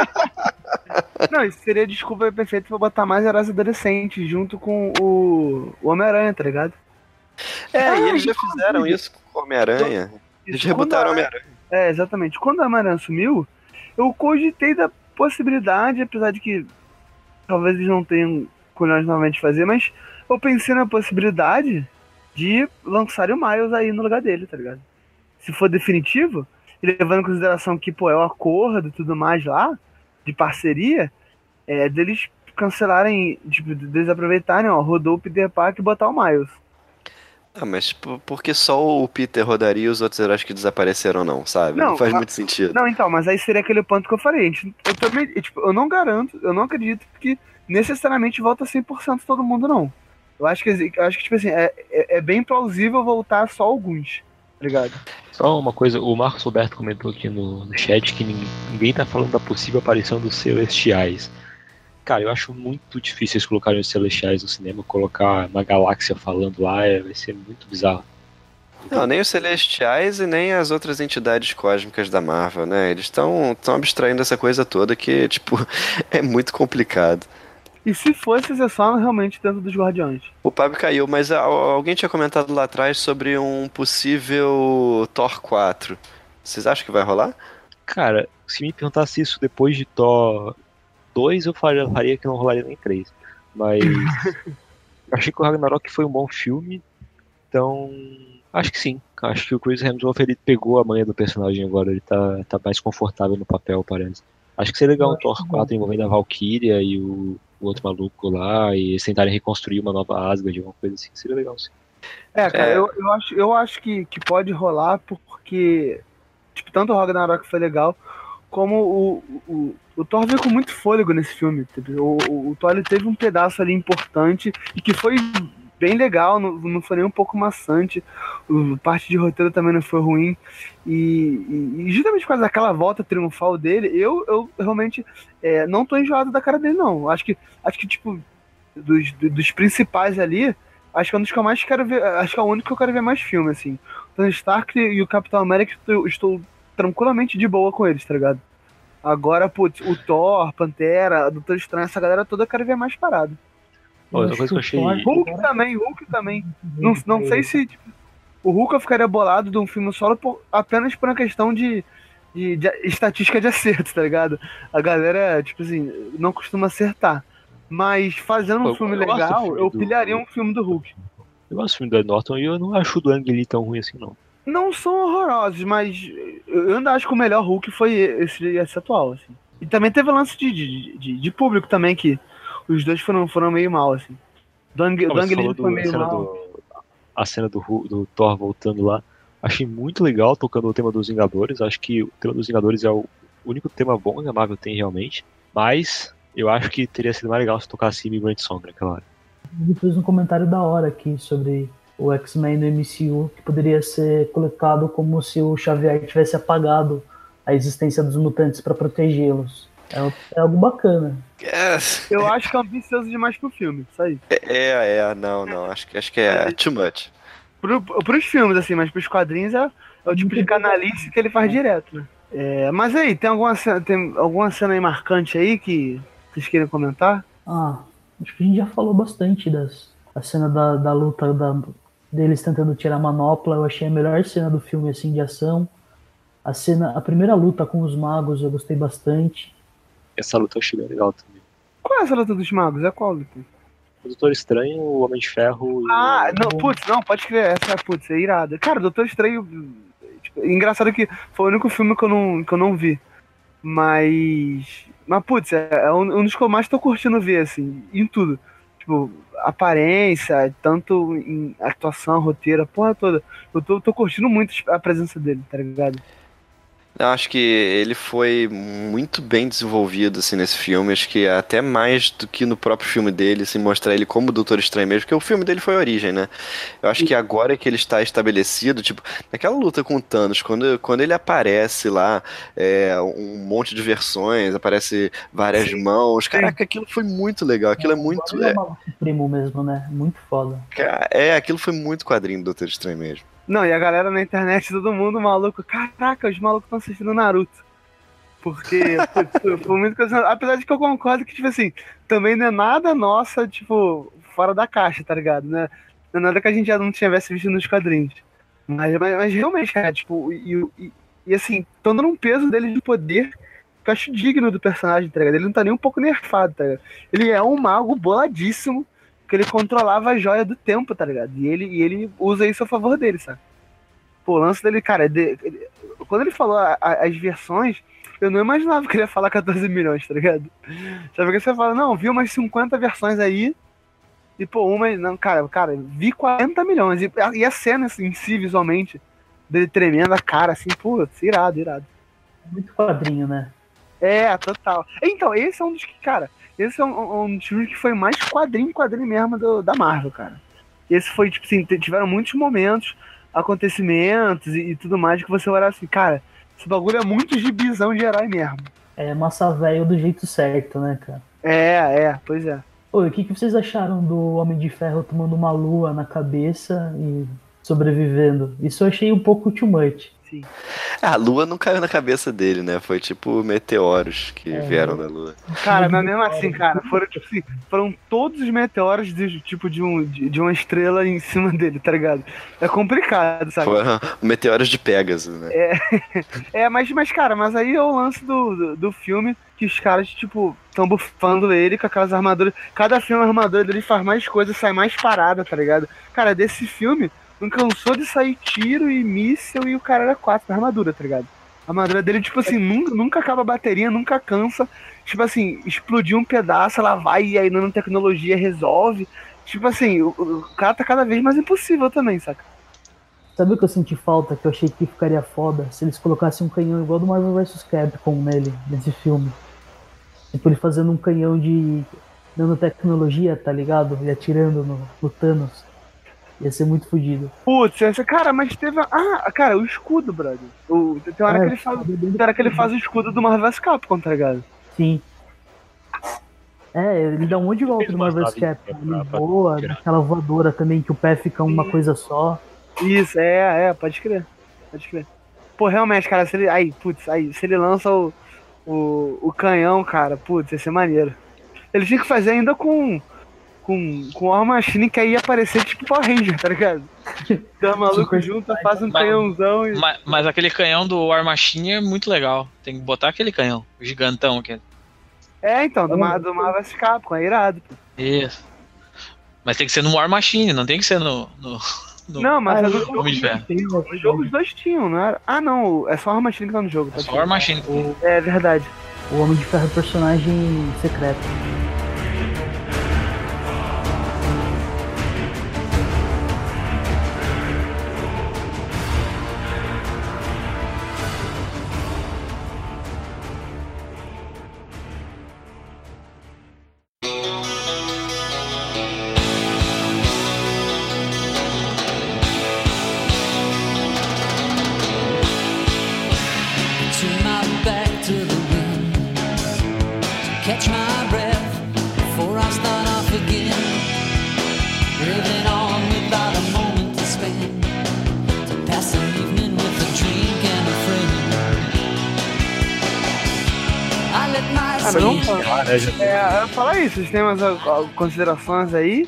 Não, isso seria desculpa perfeita pra botar mais heróis adolescentes junto com o Homem-Aranha, tá ligado? E eles já fizeram isso com o Homem-Aranha. Eles rebutaram o Homem-Aranha. Exatamente. Quando a Homem-Aranha sumiu, eu cogitei da possibilidade, apesar de que talvez eles não tenham colhões novamente de fazer, mas eu pensei na possibilidade de lançarem o Miles aí no lugar dele, tá ligado? Se for definitivo, e levando em consideração que, é o acordo e tudo mais lá, de parceria, deles cancelarem, tipo, deles aproveitarem, rodou o Peter Parker e botar o Miles. Mas porque só o Peter rodaria e os outros heróis que desapareceram não, sabe? Não faz muito sentido. Não, então, mas aí seria aquele ponto que eu falei. Eu também, tipo, eu não garanto, eu não acredito que necessariamente volta 100% todo mundo, não. Eu acho que tipo assim, é bem plausível voltar só alguns, tá ligado? Só uma coisa, o Marcos Roberto comentou aqui no chat que ninguém tá falando da possível aparição dos Celestiais. Cara, eu acho muito difícil eles colocarem os Celestiais no cinema, colocar uma galáxia falando lá, vai ser muito bizarro. Não, nem os Celestiais e nem as outras entidades cósmicas da Marvel, né? Eles estão abstraindo essa coisa toda que, tipo, é muito complicado. E se fosse só realmente dentro dos Guardiões? O Pablo caiu, mas alguém tinha comentado lá atrás sobre um possível Thor 4. Vocês acham que vai rolar? Cara, se me perguntasse isso depois de Thor 2, eu faria que não rolaria nem 3. Mas achei que o Ragnarok foi um bom filme, então acho que sim. Acho que o Chris Hemsworth ele pegou a manha do personagem agora, ele tá mais confortável no papel, parece. Acho que seria legal um Thor 4 envolvendo a Valkyria e o outro maluco lá, e eles tentarem reconstruir uma nova Asgard, alguma coisa assim, seria legal sim. Cara, eu acho que pode rolar porque, tipo, tanto o Ragnarok foi legal, como o Thor veio com muito fôlego nesse filme. O Thor ele teve um pedaço ali importante e que foi bem legal, não foi nem um pouco maçante. Parte de roteiro também não foi ruim. E justamente por causa daquela volta triunfal dele, eu realmente não tô enjoado da cara dele, não. Acho que tipo, dos principais ali, acho que é um dos que eu mais quero ver. Acho que é o único que eu quero ver mais filme, assim. O Tony Stark e o Capitão América, eu estou tranquilamente de boa com eles, tá ligado? Agora, putz, o Thor, Pantera, Doutor Estranho, essa galera toda eu quero ver mais parado. Outra coisa que eu achei. Hulk também. Não sei se tipo, o Hulk eu ficaria bolado de um filme solo apenas por uma questão de estatística de acerto, tá ligado? A galera, tipo assim, não costuma acertar. Mas fazendo um filme legal, eu pilharia um filme do Hulk. Eu gosto do filme do Ed Norton e eu não acho o do Ang Lee tão ruim assim, não. Não são horrorosos, mas eu ainda acho que o melhor Hulk foi esse atual, assim. E também teve o lance de público também, que os dois foram meio mal, assim. Do Ang Lee foi meio mal. A cena do Thor voltando lá, achei muito legal, tocando o tema dos Vingadores. Acho que o tema dos Vingadores é o único tema bom que a Marvel tem realmente. Mas eu acho que teria sido mais legal se tocasse Immigrant Song naquela hora. Ele fez um comentário da hora aqui sobre o X-Men no MCU, que poderia ser colocado como se o Xavier tivesse apagado a existência dos mutantes para protegê-los. É algo bacana. Eu acho que é ambicioso demais pro filme, isso aí. Não. Acho que é too much. Pros filmes, assim, mas pros quadrinhos é o tipo de canalice que ele faz direto, né? Mas aí, tem alguma cena aí marcante aí que vocês querem comentar? Acho que a gente já falou bastante a cena da luta deles tentando tirar a manopla. Eu achei a melhor cena do filme, assim, de ação. A primeira luta com os magos eu gostei bastante. Essa luta eu achei bem legal também. Qual é essa luta dos magos? É qual luta? O Doutor Estranho, o Homem de Ferro e não, pode crer, essa é irada. Cara, o Doutor Estranho, tipo, engraçado que foi o único filme que eu não vi. Mas putz, é um dos que eu mais tô curtindo ver, assim, em tudo. Tipo, aparência, tanto em atuação, roteiro, a porra toda. Eu tô curtindo muito a presença dele, tá ligado? Eu acho que ele foi muito bem desenvolvido assim, nesse filme, acho que até mais do que no próprio filme dele, assim, mostrar ele como Doutor Estranho mesmo, porque o filme dele foi a origem, né? Eu acho que agora que ele está estabelecido, tipo, naquela luta com o Thanos, quando ele aparece lá, um monte de versões, aparece várias mãos, caraca, aquilo foi muito legal, aquilo é muito... É o primo mesmo, né? Muito foda. Aquilo foi muito quadrinho do Doutor Estranho mesmo. Não, e a galera na internet, todo mundo maluco. Caraca, os malucos estão assistindo Naruto. Porque foi muito coisa. Apesar de que eu concordo que, tipo assim, também não é nada nossa, tipo, fora da caixa, tá ligado? Né? Não é nada que a gente já não tivesse visto nos quadrinhos. Mas realmente, cara, tipo, e assim, estão dando um peso dele de poder que eu acho digno do personagem, tá ligado? Ele não tá nem um pouco nerfado, tá ligado? Ele é um mago boladíssimo, que ele controlava a joia do tempo, tá ligado? E ele usa isso a favor dele, sabe? Pô, o lance dele, cara, quando ele falou as versões, eu não imaginava que ele ia falar 14 milhões, tá ligado? Sabe que você fala, não, vi umas 50 versões aí, e pô, não, cara, vi 40 milhões, e a cena assim, em si, visualmente, dele tremendo a cara, assim, pô, irado. Muito quadrinho, né? Total. Então, esse é um dos que, cara, esse é um filme que foi mais quadrinho mesmo da Marvel, cara. Esse foi, tipo assim, tiveram muitos momentos, acontecimentos e tudo mais que você olha assim, cara, esse bagulho é muito gibizão de herói mesmo. É massa velho do jeito certo, né, cara? Pois é. Oi, o que vocês acharam do Homem de Ferro tomando uma lua na cabeça e sobrevivendo? Isso eu achei um pouco too much. Sim. A lua não caiu na cabeça dele, né? Foi tipo meteoros que vieram da lua. Cara, mas mesmo assim, cara, foram todos os meteoros de uma estrela em cima dele, tá ligado? É complicado, sabe? Foram meteoros de Pegasus, né? Mas cara, mas aí é o lance do filme que os caras, tipo, estão bufando ele com aquelas armaduras. Cada filme a armadura dele faz mais coisa, sai mais parada, tá ligado? Cara, desse filme não cansou de sair tiro e míssil e o cara era 4 na armadura, tá ligado? A armadura dele, tipo assim, nunca acaba a bateria, nunca cansa. Tipo assim, explodiu um pedaço, ela vai e aí nanotecnologia resolve. Tipo assim, o cara tá cada vez mais impossível também, saca? Sabe o que eu senti falta, que eu achei que ficaria foda? Se eles colocassem um canhão igual do Marvel vs Capcom nesse filme. Tipo, ele fazendo um canhão de nanotecnologia, tá ligado? E atirando no Thanos. Ia ser muito fodido. Putz, cara, mas teve. Cara, o escudo, brother. Tem hora que ele faz o escudo do Marvel vs Capcom, tá ligado? Sim. Ele dá um monte de volta no Marvel vs Capcom. Ele voa, aquela voadora também, que o pé fica uma coisa só. Isso, pode crer. Pode crer. Pô, realmente, cara, se ele lança o canhão, cara, putz, ia ser maneiro. Ele tinha que fazer ainda com War Machine, que aí ia aparecer tipo Power Ranger, tá ligado? Então, maluco junta, faz um canhãozão e... Mas aquele canhão do War Machine é muito legal. Tem que botar aquele canhão, o gigantão aqui. Então, do Marvel vs Capcom, é irado, pô. Isso. Mas tem que ser no War Machine, não tem que ser no não, mas no jogo os dois tinham, não era? Não, é só o War Machine que tá no jogo. É só o War Machine. É verdade. O Homem de Ferro é personagem secreto. Catch my breath before I start off again. Living on without a moment to spend. To pass an evening with a drink and a friend. I let my falar isso, vocês têm umas considerações aí?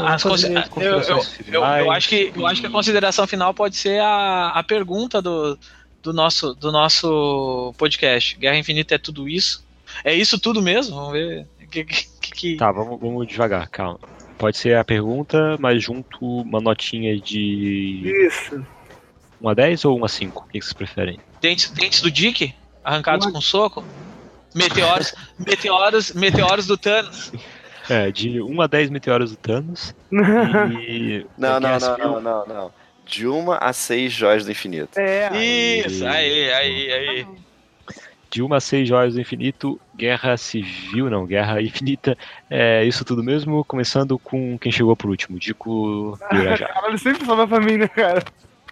Eu acho que a consideração final pode ser a pergunta do nosso podcast. Guerra Infinita é tudo isso? É isso tudo mesmo? Vamos ver. Tá, vamos devagar, calma. Pode ser a pergunta, mas junto uma notinha de... Isso. 1 a 10 ou 1 a 5? O que vocês preferem? Dentes do Dick? Arrancados com soco? Meteoros do Thanos? De 1 a 10 meteoros do Thanos. E... Não. De 1 a 6 joias do infinito. Isso, aí. De 1 a 6 joias do infinito, guerra civil, não, guerra infinita. É isso tudo mesmo, começando com quem chegou por último, Dico Irajá. Caralho, sempre sobra pra mim, né, cara?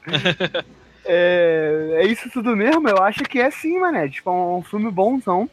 É isso tudo mesmo? Eu acho que é sim, mané. Tipo, é um filme bonzão.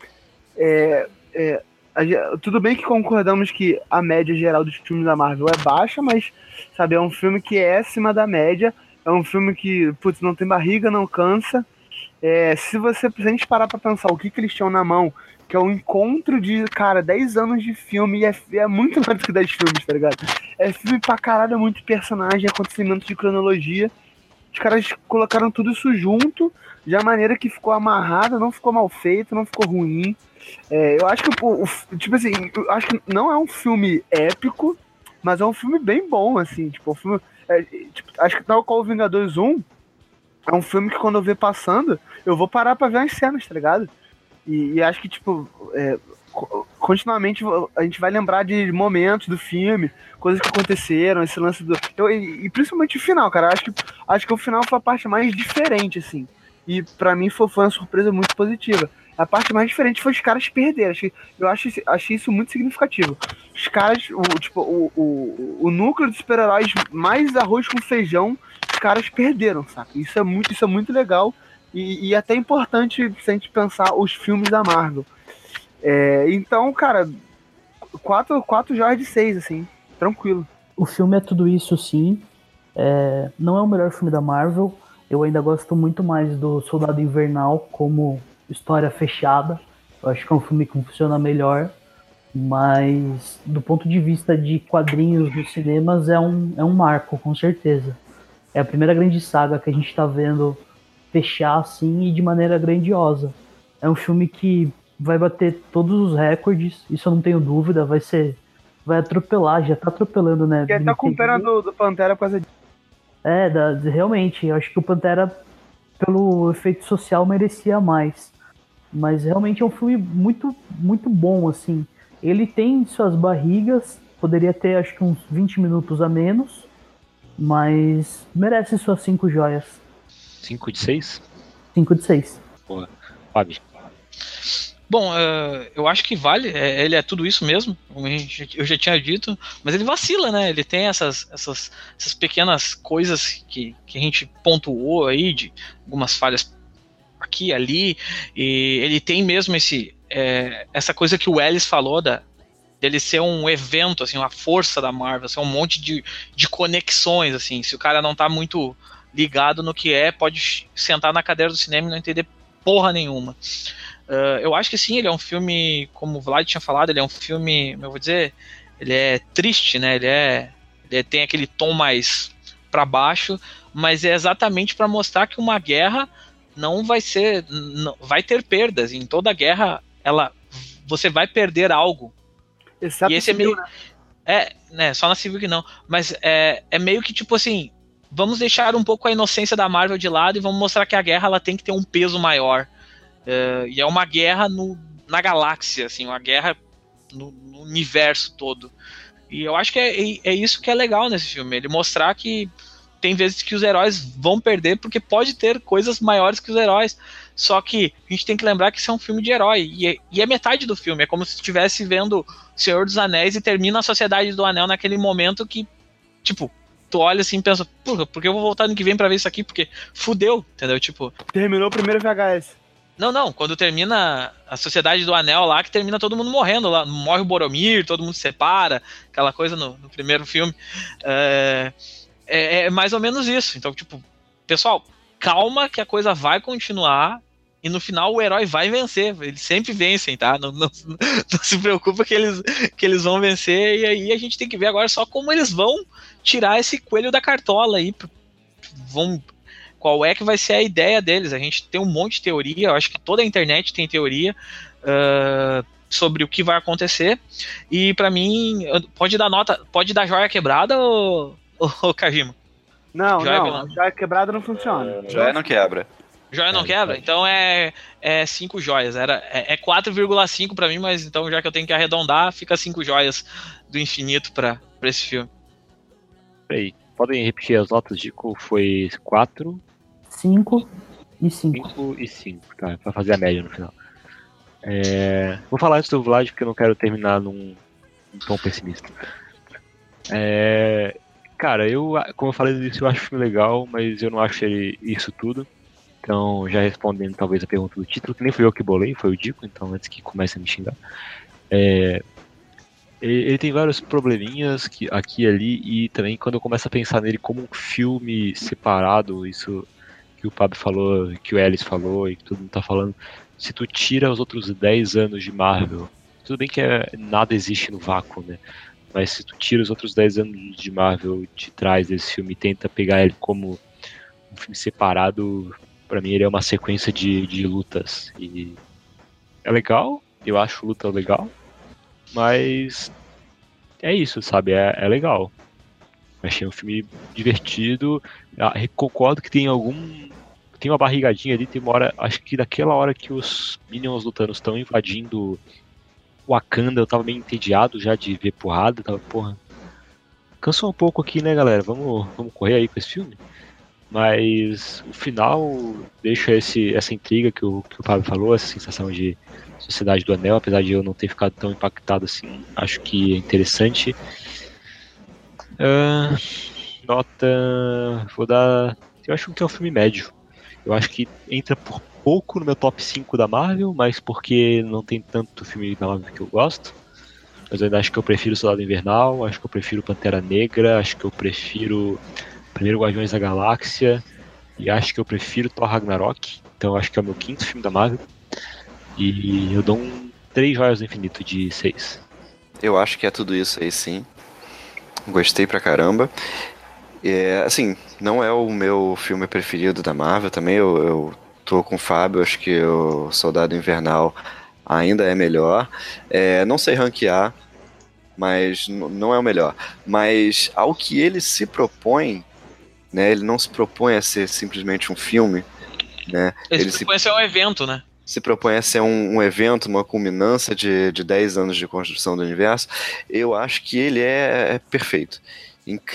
Tudo bem que concordamos que a média geral dos filmes da Marvel é baixa, mas, sabe, é um filme que é acima da média. É um filme que, putz, não tem barriga, não cansa. Se a gente parar pra pensar o que eles tinham na mão, que é um encontro de, cara, 10 anos de filme, e é muito mais do que 10 filmes, tá ligado? É filme pra caralho, é muito personagem, acontecimento de cronologia. Os caras colocaram tudo isso junto, de uma maneira que ficou amarrada, não ficou mal feito, não ficou ruim. Eu acho que, tipo assim, eu acho que não é um filme épico, mas é um filme bem bom, assim, tipo, um filme, acho que tal qual o Vingadores 1, é um filme que quando eu ver passando, eu vou parar pra ver as cenas, tá ligado? E acho que, tipo, continuamente a gente vai lembrar de momentos do filme, coisas que aconteceram, esse lance do... E principalmente o final, cara. Acho que o final foi a parte mais diferente, assim. E pra mim foi uma surpresa muito positiva. A parte mais diferente foi os caras perderem. Achei isso muito significativo. Os caras, o núcleo de super-heróis mais arroz com feijão, os caras perderam, saca? Isso é muito legal e até importante se a gente pensar os filmes da Marvel. Então, cara, 4 joias de 6, assim, tranquilo. O filme é tudo isso, sim. Não é o melhor filme da Marvel. Eu ainda gosto muito mais do Soldado Invernal como história fechada. Eu acho que é um filme que funciona melhor. Mas, do ponto de vista de quadrinhos dos cinemas, é um marco, com certeza. É a primeira grande saga que a gente tá vendo fechar assim e de maneira grandiosa. É um filme que vai bater todos os recordes, isso eu não tenho dúvida, vai atropelar, já tá atropelando, né? E tá com pena do Pantera por causa disso. Realmente, eu acho que o Pantera, pelo efeito social, merecia mais. Mas realmente é um filme muito, muito bom, assim. Ele tem suas barrigas, poderia ter acho que uns 20 minutos a menos, mas merece suas 5 joias. 5 de 6? 5 de 6. Boa. Fábio. Bom, eu acho que vale, ele é tudo isso mesmo, como eu já tinha dito, mas ele vacila, né? Ele tem essas pequenas coisas que a gente pontuou aí, de algumas falhas aqui e ali, e ele tem mesmo essa coisa que o Ellis falou, dele ser um evento, assim, uma força da Marvel, ser um monte de conexões, assim, se o cara não tá muito ligado no que pode sentar na cadeira do cinema e não entender porra nenhuma. Eu acho que sim, ele é um filme, como o Vlad tinha falado, ele é um filme, eu vou dizer, ele é triste, né? Ele tem aquele tom mais pra baixo, mas é exatamente para mostrar que uma guerra não vai ser, vai ter perdas. Em toda guerra, você vai perder algo. Exceto e esse civil, é meio, né? Só na civil que não. Mas é meio que tipo assim, vamos deixar um pouco a inocência da Marvel de lado e vamos mostrar que a guerra ela tem que ter um peso maior. E é uma guerra na galáxia, assim, uma guerra no universo todo. E eu acho que é isso que é legal nesse filme, ele mostrar que tem vezes que os heróis vão perder, porque pode ter coisas maiores que os heróis, só que a gente tem que lembrar que isso é um filme de herói, e é metade do filme, é como se estivesse vendo Senhor dos Anéis e termina a Sociedade do Anel naquele momento que, tipo, tu olha assim e pensa, porra, por que eu vou voltar ano que vem pra ver isso aqui? Porque fudeu, entendeu? Tipo... Terminou o primeiro VHS. Não, quando termina a Sociedade do Anel lá, que termina todo mundo morrendo lá, morre o Boromir, todo mundo se separa, aquela coisa no primeiro filme. É mais ou menos isso. Então, tipo, pessoal, calma que a coisa vai continuar e no final o herói vai vencer. Eles sempre vencem, tá? Não se preocupa que eles vão vencer, e aí a gente tem que ver agora só como eles vão tirar esse coelho da cartola aí. Qual é que vai ser a ideia deles? A gente tem um monte de teoria, eu acho que toda a internet tem teoria sobre o que vai acontecer, e pra mim, pode dar joia quebrada ou Kajima? Não, joia quebrada não funciona. Joia não quebra. Joia não quebra? Então é 5 joias. É 4,5 pra mim, mas então já que eu tenho que arredondar, fica 5 joias do infinito pra esse filme. Peraí, podem repetir as notas, Dico? Foi 4... 5 e 5. 5 e 5, tá? Pra fazer a média no final. Vou falar antes do Vlad, porque eu não quero terminar num tom pessimista. Cara, como eu falei no início, eu acho o filme legal, mas eu não acho ele isso tudo. Então, já respondendo talvez a pergunta do título, que nem fui eu que bolei, foi o Dico, então antes que comece a me xingar. Ele tem vários probleminhas aqui e ali, e também quando eu começo a pensar nele como um filme separado, isso que o Pablo falou, que o Ellis falou e que todo mundo tá falando, se tu tira os outros 10 anos de Marvel, tudo bem que nada existe no vácuo, né? Mas se tu tira os outros 10 anos de Marvel de trás desse filme e tenta pegar ele como um filme separado, pra mim ele é uma sequência de lutas. E é legal, eu acho luta legal, mas é isso, sabe? É legal. Achei um filme divertido. Concordo que tem uma barrigadinha ali, tem uma hora, acho que daquela hora que os Minions lutando estão invadindo Wakanda, eu tava meio entediado já de ver porrada, tava, porra, cansou um pouco aqui, né, galera, vamos correr aí com esse filme. Mas o final deixa essa intriga que o Pablo falou, essa sensação de Sociedade do Anel, apesar de eu não ter ficado tão impactado assim, acho que é interessante. Vou dar, eu acho que é um filme médio. Eu acho que entra por pouco no meu top 5 da Marvel, mas porque não tem tanto filme da Marvel que eu gosto. Mas eu ainda acho que eu prefiro Soldado Invernal, acho que eu prefiro Pantera Negra, acho que eu prefiro primeiro Guardiões da Galáxia, e acho que eu prefiro Thor Ragnarok. Então eu acho que é o meu 5º filme da Marvel. E eu dou 3 joias do infinito de 6. Eu acho que é tudo isso aí, sim. Gostei pra caramba. Assim, não é o meu filme preferido da Marvel também, eu tô com o Fábio, acho que o Soldado Invernal ainda é melhor. Não sei ranquear, mas não é o melhor. Mas ao que ele se propõe, né, ele não se propõe a ser simplesmente um filme, né? Ele se propõe a ser um evento, né? Se propõe a ser um evento, uma culminância de 10 anos de construção do universo. Eu acho que ele é perfeito,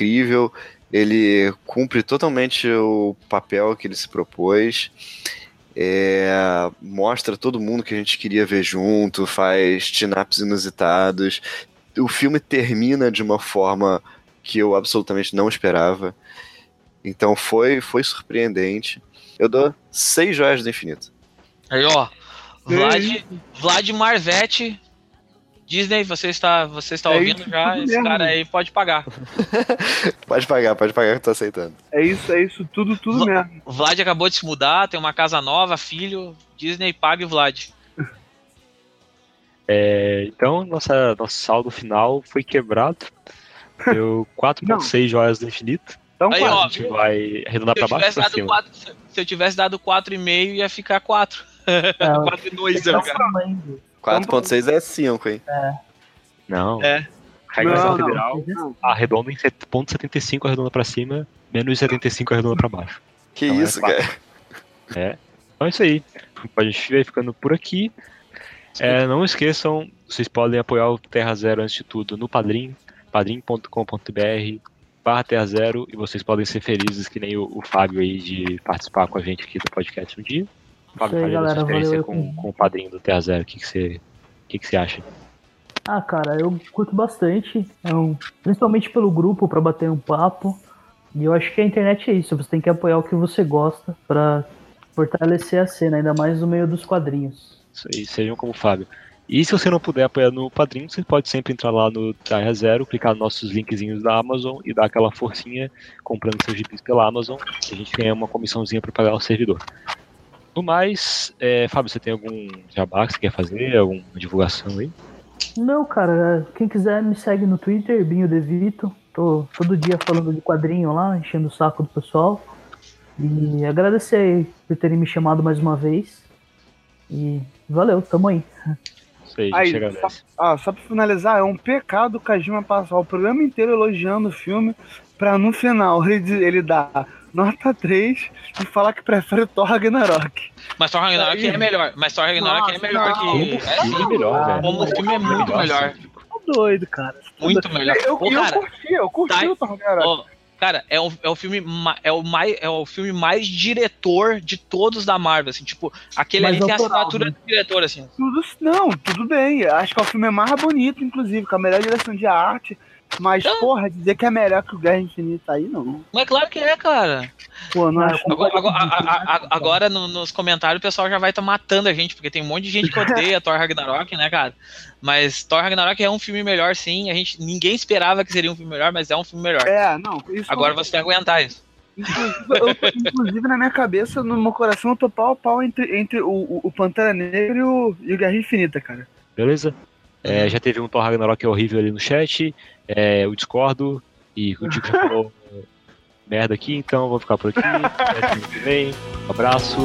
incrível. Ele cumpre totalmente o papel que ele se propôs. mostra todo mundo que a gente queria ver junto, faz team-ups inusitados. O filme termina de uma forma que eu absolutamente não esperava. Então foi surpreendente. Eu dou 6 joias do infinito. Aí, ó. Vlad Marvetti. Disney, você está ouvindo já? Esse mesmo. cara aí pode pagar. Pode pagar que eu tô aceitando. É isso, tudo mesmo. Vlad acabou de se mudar, tem uma casa nova, filho. Disney paga o Vlad. Então, nosso saldo final foi quebrado. Deu 4.6 joias do infinito. Então, Aí, quase. ó, A gente vai arredondar pra baixo ou pra cima? Se eu tivesse dado 4,5, ia ficar 4. 4,2 ia ficar. 4.6 é 5, hein? Não. É. Regressão Não. federal, arredonda em 7,75, arredonda pra cima, menos 75, arredonda pra baixo. Que Então, isso, quatro. cara? Então é isso aí. A gente vai ficando por aqui. Não esqueçam, vocês podem apoiar o Terra Zero antes de tudo no Padrim, padrim.com.br/Terra Zero, e vocês podem ser felizes que nem o Fábio aí de participar com a gente aqui do podcast um dia. Fábio, Isso aí, fale da sua galera, experiência valeu. com o Padrim do Terra Zero. O que você acha? Ah, cara, eu curto bastante, principalmente pelo grupo, pra bater um papo. E eu acho que a internet é isso, você tem que apoiar o que você gosta pra fortalecer a cena, ainda mais no meio dos quadrinhos. Isso aí, sejam como o Fábio. E se você não puder apoiar no Padrim, você pode sempre entrar lá no Terra Zero, clicar nos nossos linkzinhos da Amazon e dar aquela forcinha comprando seus gibis pela Amazon, e a gente ganha uma comissãozinha para pagar o servidor. No mais, Fábio, você tem algum jabá que você quer fazer? Alguma divulgação aí? Não, cara, quem quiser me segue no Twitter, Binho Devito. Tô todo dia falando de quadrinho lá, enchendo o saco do pessoal. E agradecer aí por terem me chamado mais uma vez. E valeu, tamo aí. Isso aí, a gente Aí, agradece. só pra finalizar, é um pecado o Kajima passar o programa inteiro elogiando o filme pra no final ele dar nota 3 e falar que prefere Thor Ragnarok. Mas Thor Ragnarok é melhor. Mas Thor Ragnarok é melhor que. Filme melhor, velho. Como o filme é muito melhor. Tá doido, cara. Muito melhor. Eu Cara, curti tá- o Thor Ragnarok. ó, cara, é o filme mais diretor de todos da Marvel, assim, tipo, aquele Mais ali tem a autoral, assinatura né? do diretor, assim. Tudo bem. Acho que é o filme mais bonito, inclusive, com a melhor direção de arte. Mas, Não. porra, dizer que é melhor que o Guerra Infinita aí, não. Mas claro que é, cara. Pô, não acho. Agora nos comentários o pessoal já vai estar matando a gente, porque tem um monte de gente que odeia Thor Ragnarok, né, cara? Mas Thor Ragnarok é um filme melhor, sim. Ninguém esperava que seria um filme melhor, mas é um filme melhor. Não. Isso Agora você tem que aguentar isso. Inclusive, na minha cabeça, no meu coração, eu tô pau a pau entre o Pantera Negra e o Guerra Infinita, cara. Beleza? Já teve um Thor Ragnarok horrível ali no chat. Eu discordo. E o Tico já falou merda aqui, então vou ficar por aqui. Até semana que vem. Um abraço.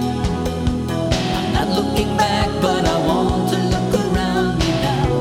Not looking back, but I want to look around me now.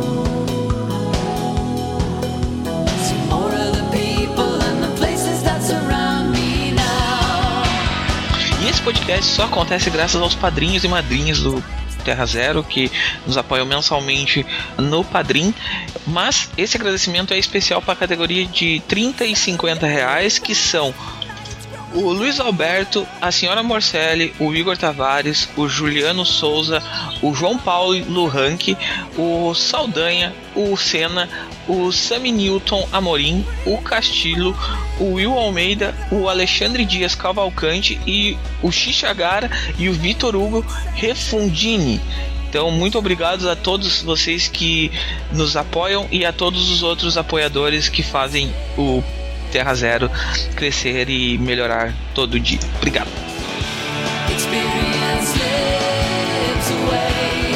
See more of the people and the places that surround me now. E esse podcast só acontece graças aos padrinhos e madrinhas do Terra Zero, que nos apoiam mensalmente no Padrim. Mas esse agradecimento é especial para a categoria de R$30 e R$50, que são o Luiz Alberto, a senhora Morcelli, o Igor Tavares, o Juliano Souza, o João Paulo Luranque, o Saldanha, o Senna, o Sami Newton Amorim, o Castilho, o Will Almeida, o Alexandre Dias Cavalcante e o Xixagara e o Vitor Hugo Refundini. Então, muito obrigado a todos vocês que nos apoiam e a todos os outros apoiadores que fazem o Terra Zero crescer e melhorar todo dia. Obrigado. Experience slips away.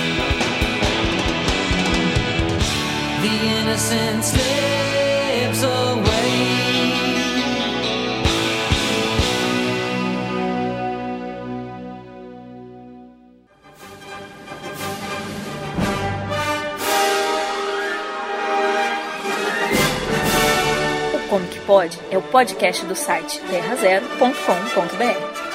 The innocence slips away. O Como Que Pode é o podcast do site terrazero.com.br.